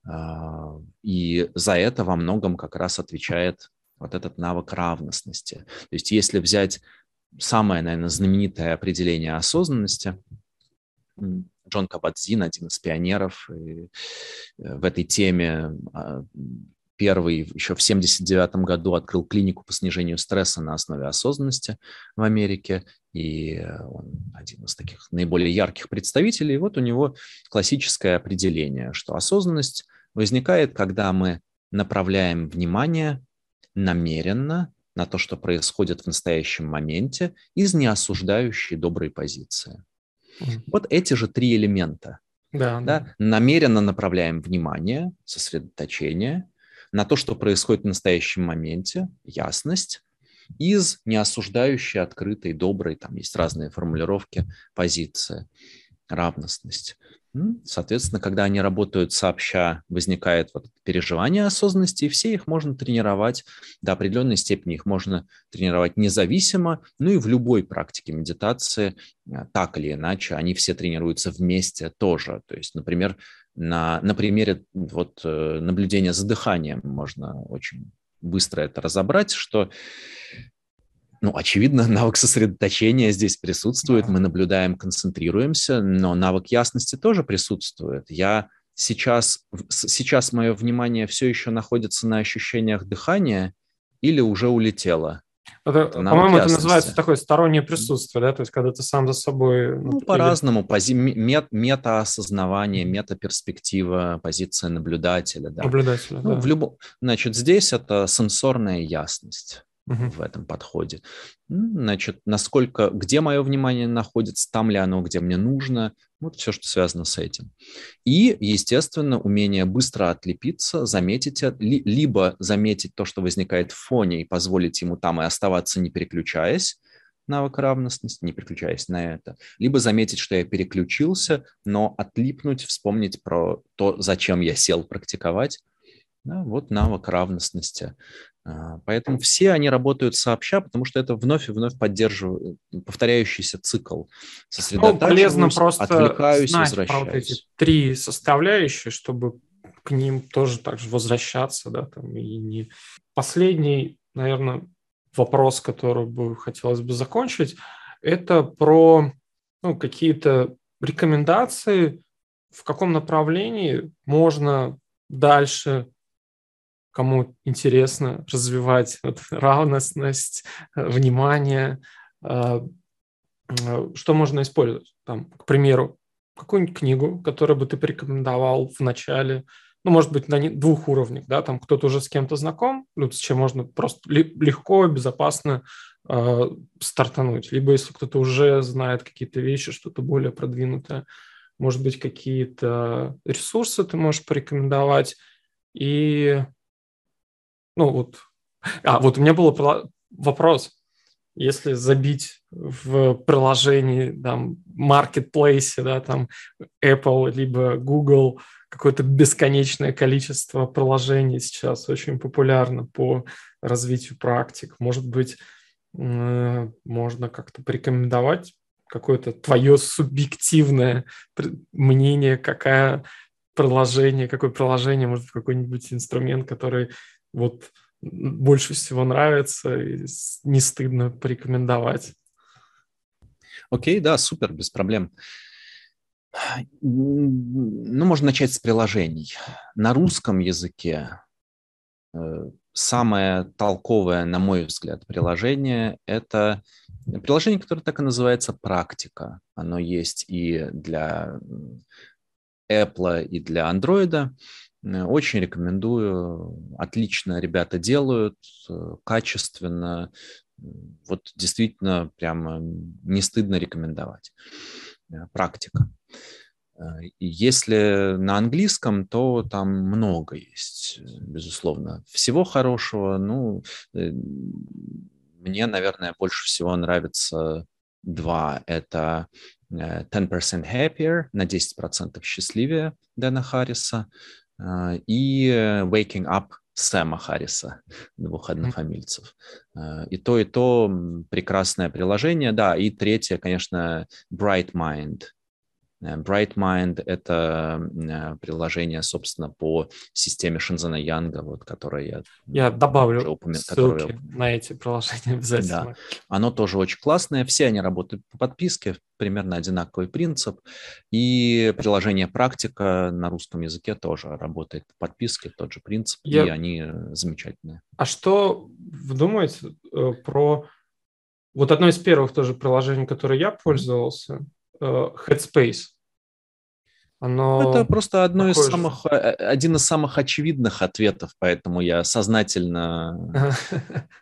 и за это во многом как раз отвечает вот этот навык равностности. То есть если взять самое, наверное, знаменитое определение осознанности, Джон Кабат-Зинн, один из пионеров в этой теме, первый еще в семьдесят девятом году открыл клинику по снижению стресса на основе осознанности в Америке, и он один из таких наиболее ярких представителей. И вот у него классическое определение, что осознанность возникает, когда мы направляем внимание намеренно на то, что происходит в настоящем моменте, из неосуждающей доброй позиции. Mm-hmm. Вот эти же три элемента. Да, да? да. Намеренно направляем внимание, сосредоточение на то, что происходит в настоящем моменте, ясность, из неосуждающей, открытой, доброй, там есть разные формулировки, позиции, равностность. Соответственно, когда они работают сообща, возникает вот переживание осознанности, и все их можно тренировать до определенной степени, их можно тренировать независимо, ну и в любой практике медитации, так или иначе, они все тренируются вместе тоже. То есть, например, на, на примере вот, наблюдения за дыханием можно очень быстро это разобрать, что Ну, очевидно, навык сосредоточения здесь присутствует, мы наблюдаем, концентрируемся, но навык ясности тоже присутствует. Я сейчас, сейчас мое внимание все еще находится на ощущениях дыхания или уже улетело? Это, это по-моему, ясности. Это называется такое стороннее присутствие, да, то есть когда ты сам за собой... Ну, по-разному, пози... мет... мета-осознавание, мета-перспектива, позиция наблюдателя, да. Наблюдателя, ну, да. В любом... Значит, здесь это сенсорная ясность. Uh-huh. В этом подходе. Значит, насколько, где мое внимание находится, там ли оно, где мне нужно, вот все, что связано с этим. И, естественно, умение быстро отлепиться, заметить, либо заметить то, что возникает в фоне, и позволить ему там и оставаться, не переключаясь, навык равностности, не переключаясь на это, либо заметить, что я переключился, но отлипнуть, вспомнить про то, зачем я сел практиковать. Да, вот навык равностности. Поэтому все они работают сообща, потому что это вновь и вновь поддерживает повторяющийся цикл. Ну, полезно просто знать про вот эти три составляющие, чтобы к ним тоже так же возвращаться. Да, там, и не... Последний, наверное, вопрос, который бы хотелось бы закончить, это про ну, какие-то рекомендации, в каком направлении можно дальше, кому интересно, развивать вот, равностность, внимание, что можно использовать. Там, к примеру, какую-нибудь книгу, которую бы ты порекомендовал в начале, ну, может быть, на двух уровнях, да, там кто-то уже с кем-то знаком, с чем можно просто легко, безопасно э, стартануть. Либо если кто-то уже знает какие-то вещи, что-то более продвинутое, может быть, какие-то ресурсы ты можешь порекомендовать. И Ну вот, а вот у меня был вопрос. Если забить в приложении, там, маркетплейсе, да, там, Apple, либо Google, какое-то бесконечное количество приложений сейчас очень популярно по развитию практик. Может быть, можно как-то порекомендовать какое-то твое субъективное мнение, какое приложение, какое приложение, может, какой-нибудь инструмент, который вот больше всего нравится и не стыдно порекомендовать. Окей, да, супер, без проблем. Ну, можно начать с приложений. На русском языке самое толковое, на мой взгляд, приложение – это приложение, которое так и называется «Практика». Оно есть и для Apple, и для Android. Очень рекомендую. Отлично ребята делают, качественно. Вот действительно прямо не стыдно рекомендовать. Практика. Если на английском, то там много есть, безусловно, всего хорошего. Ну, мне, наверное, больше всего нравится два. Это ten percent happier, на десять процентов счастливее Дэна Харриса, и Waking Up Сэма Харриса, двух однофамильцев. И то, и то прекрасное приложение. Да, и третье, конечно, Bright Mind. Bright Mind – это приложение, собственно, по системе Шензена Янга, вот, которое я... Я добавлю упомя... ссылки я... на эти приложения обязательно. Да, оно тоже очень классное. Все они работают по подписке, примерно одинаковый принцип. И приложение «Практика» на русском языке тоже работает по подписке, тот же принцип, я... и они замечательные. А что вы думаете про... Вот одно из первых тоже приложений, которое я пользовался, Headspace. Оно Это просто одно из самых, один из самых очевидных ответов, поэтому я сознательно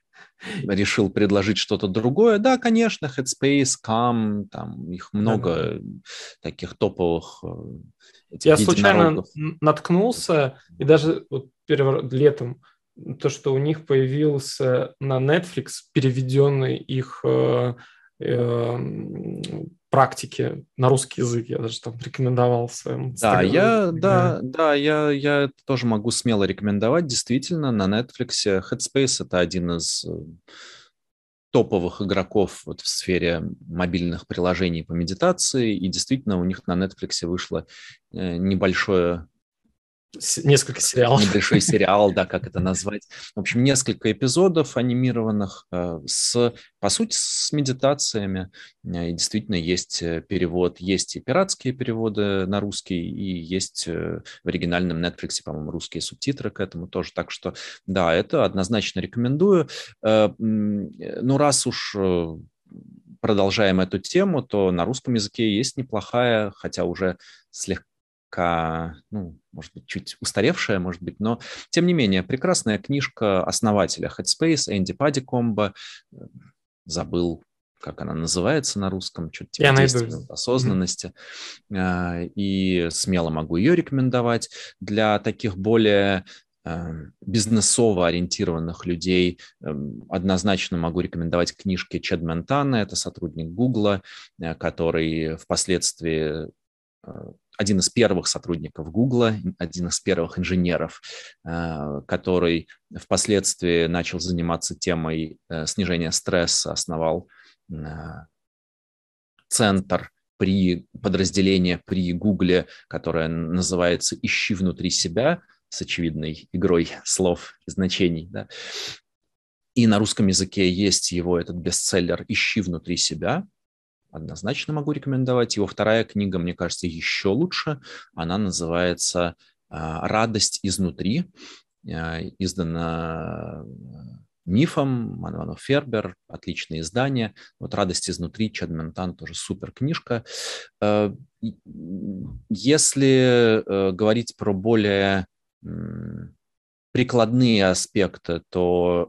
решил предложить что-то другое. Да, конечно, Headspace, Calm, там их много Да-да-да. таких топовых этих Я случайно единорогов. наткнулся, и даже вот перв... летом, то, что у них появился на Netflix переведенный их э, э, практики на русский язык. Я даже там рекомендовал в своем Да, я, инстаграме. да, да, я, я тоже могу смело рекомендовать. Действительно, на Netflix Headspace — это один из топовых игроков вот в сфере мобильных приложений по медитации, и действительно у них на Netflix вышло небольшое Несколько сериалов. Небольшой сериал, да, как это назвать. В общем, несколько эпизодов анимированных с, по сути, с медитациями. И действительно есть перевод, есть и пиратские переводы на русский, и есть в оригинальном Netflix, по-моему, русские субтитры к этому тоже. Так что, да, это однозначно рекомендую. Ну, раз уж продолжаем эту тему, то на русском языке есть неплохая, хотя уже слегка ну, может быть, чуть устаревшая, может быть, но, тем не менее, прекрасная книжка основателя Headspace, Энди Паддикомба. Забыл, как она называется на русском, что-то типа «десять минут осознанности». Mm-hmm. И смело могу ее рекомендовать. Для таких более бизнесово ориентированных людей однозначно могу рекомендовать книжки Чед Монтана. Это сотрудник Гугла, который впоследствии... один из первых сотрудников Гугла, один из первых инженеров, который впоследствии начал заниматься темой снижения стресса, основал центр при подразделение при Гугле, которое называется «Ищи внутри себя», с очевидной игрой слов и значений. Да? И на русском языке есть его этот бестселлер «Ищи внутри себя». Однозначно могу рекомендовать. Его вторая книга, мне кажется, еще лучше. Она называется «Радость изнутри», издана Мифом, Мануэлом Фербер, отличное издание. Вот «Радость изнутри», Чед Монтан, тоже супер книжка. Если говорить про более прикладные аспекты, то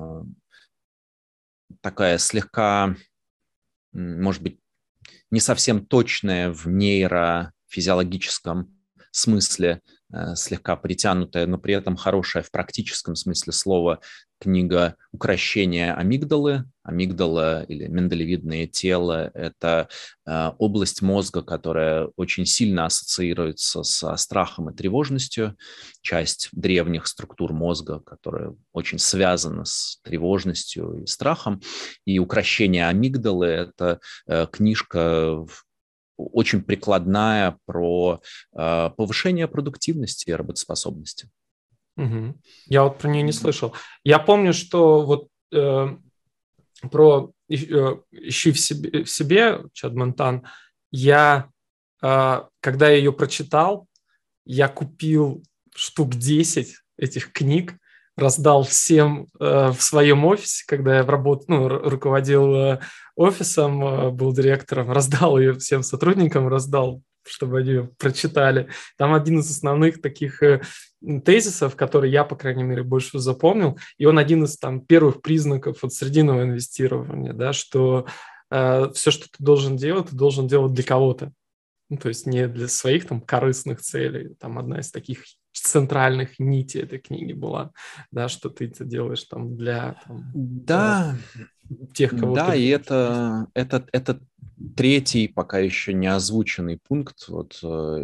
такая слегка, может быть, не совсем точная в нейрофизиологическом смысле, слегка притянутая, но при этом хорошая в практическом смысле слова книга «Укрощение амигдалы». Амигдала или миндалевидное тело – это область мозга, которая очень сильно ассоциируется со страхом и тревожностью, часть древних структур мозга, которая очень связана с тревожностью и страхом. И «Укрощение амигдалы» – это книжка очень прикладная про э, повышение продуктивности и работоспособности. Угу. Я вот про нее не слышал. Я помню, что вот э, про э, «Ищи в себе», в себе Чед Монтан, я, э, когда я ее прочитал, я купил штук десять этих книг, раздал всем э, в своем офисе, когда я в работу, ну, руководил э, офисом, э, был директором, раздал ее всем сотрудникам, раздал, чтобы они ее прочитали. Там один из основных таких э, тезисов, который я, по крайней мере, больше всего запомнил, и он один из там первых признаков от срединного инвестирования, да, что э, все, что ты должен делать, ты должен делать для кого-то. Ну, то есть не для своих там корыстных целей. Там одна из таких центральных нитей этой книги была, да, что ты это делаешь там для там, да, тех, кого да, ты... и это, это, это третий, пока еще не озвученный пункт. Вот,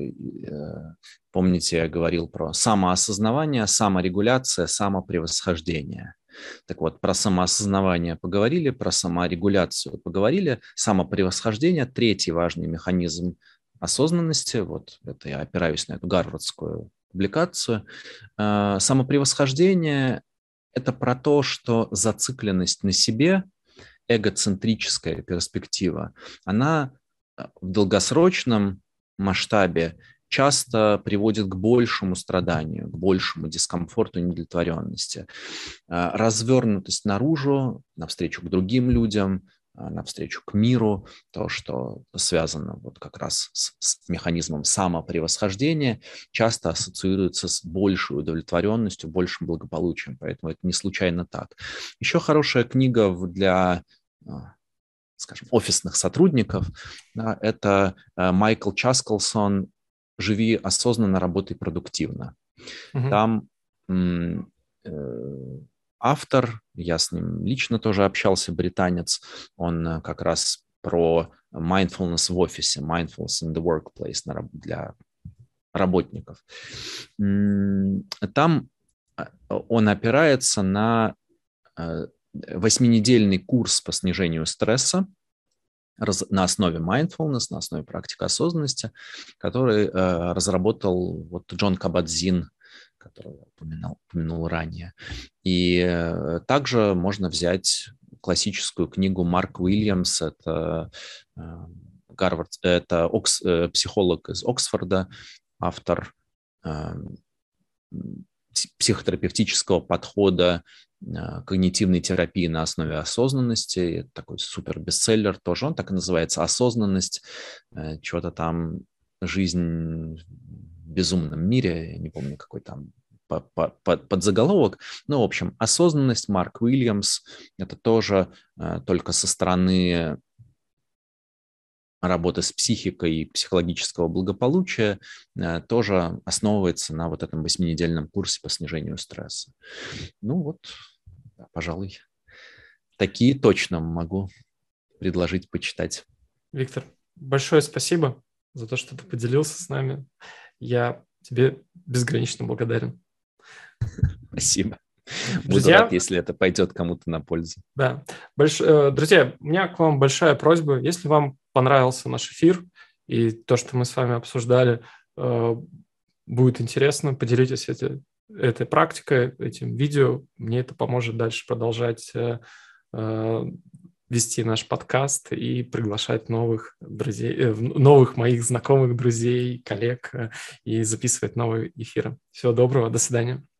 помните, я говорил про самоосознавание, саморегуляция, самопревосхождение. Так вот, про самоосознавание поговорили, про саморегуляцию поговорили, самопревосхождение – третий важный механизм осознанности. Вот это я опираюсь на эту гарвардскую публикацию. Самопревосхождение – это про то, что зацикленность на себе, эгоцентрическая перспектива, она в долгосрочном масштабе часто приводит к большему страданию, к большему дискомфорту и неудовлетворенности. Развернутость наружу, навстречу к другим людям, навстречу к миру, то, что связано вот как раз с, с механизмом самопревосхождения, часто ассоциируется с большей удовлетворенностью, большим благополучием, поэтому это не случайно так. Еще хорошая книга для, скажем, офисных сотрудников, да, это Майкл Часкалсон «Живи осознанно, работай продуктивно». Mm-hmm. Там м, э, автор, я с ним лично тоже общался, британец, он как раз про mindfulness в офисе, mindfulness in the workplace для работников. Там он опирается на восьминедельный курс по снижению стресса на основе mindfulness, на основе практики осознанности, который разработал вот Джон Кабат-Зинн, который я упоминал, упомянул ранее. И э, также можно взять классическую книгу Марк Уильямс, это, э, Гарвард, это Окс, э, психолог из Оксфорда, автор э, психотерапевтического подхода э, когнитивной терапии на основе осознанности. Это такой супер бестселлер тоже, он так и называется «Осознанность», э, что-то там «Жизнь в безумном мире», я не помню, какой там подзаголовок. Ну, в общем, осознанность, Марк Уильямс, это тоже э, только со стороны работы с психикой и психологического благополучия, э, тоже основывается на вот этом восьминедельном курсе по снижению стресса. Ну вот, да, пожалуй, такие точно могу предложить почитать. Виктор, большое спасибо за то, что ты поделился с нами. Я тебе безгранично благодарен. Спасибо. Друзья, буду рад, если это пойдет кому-то на пользу. Да. Больш... Друзья, у меня к вам большая просьба. Если вам понравился наш эфир и то, что мы с вами обсуждали, будет интересно, поделитесь эти... этой практикой, этим видео. Мне это поможет дальше продолжать вести наш подкаст и приглашать новых друзей, новых моих знакомых, друзей, коллег и записывать новые эфиры. Всего доброго, до свидания.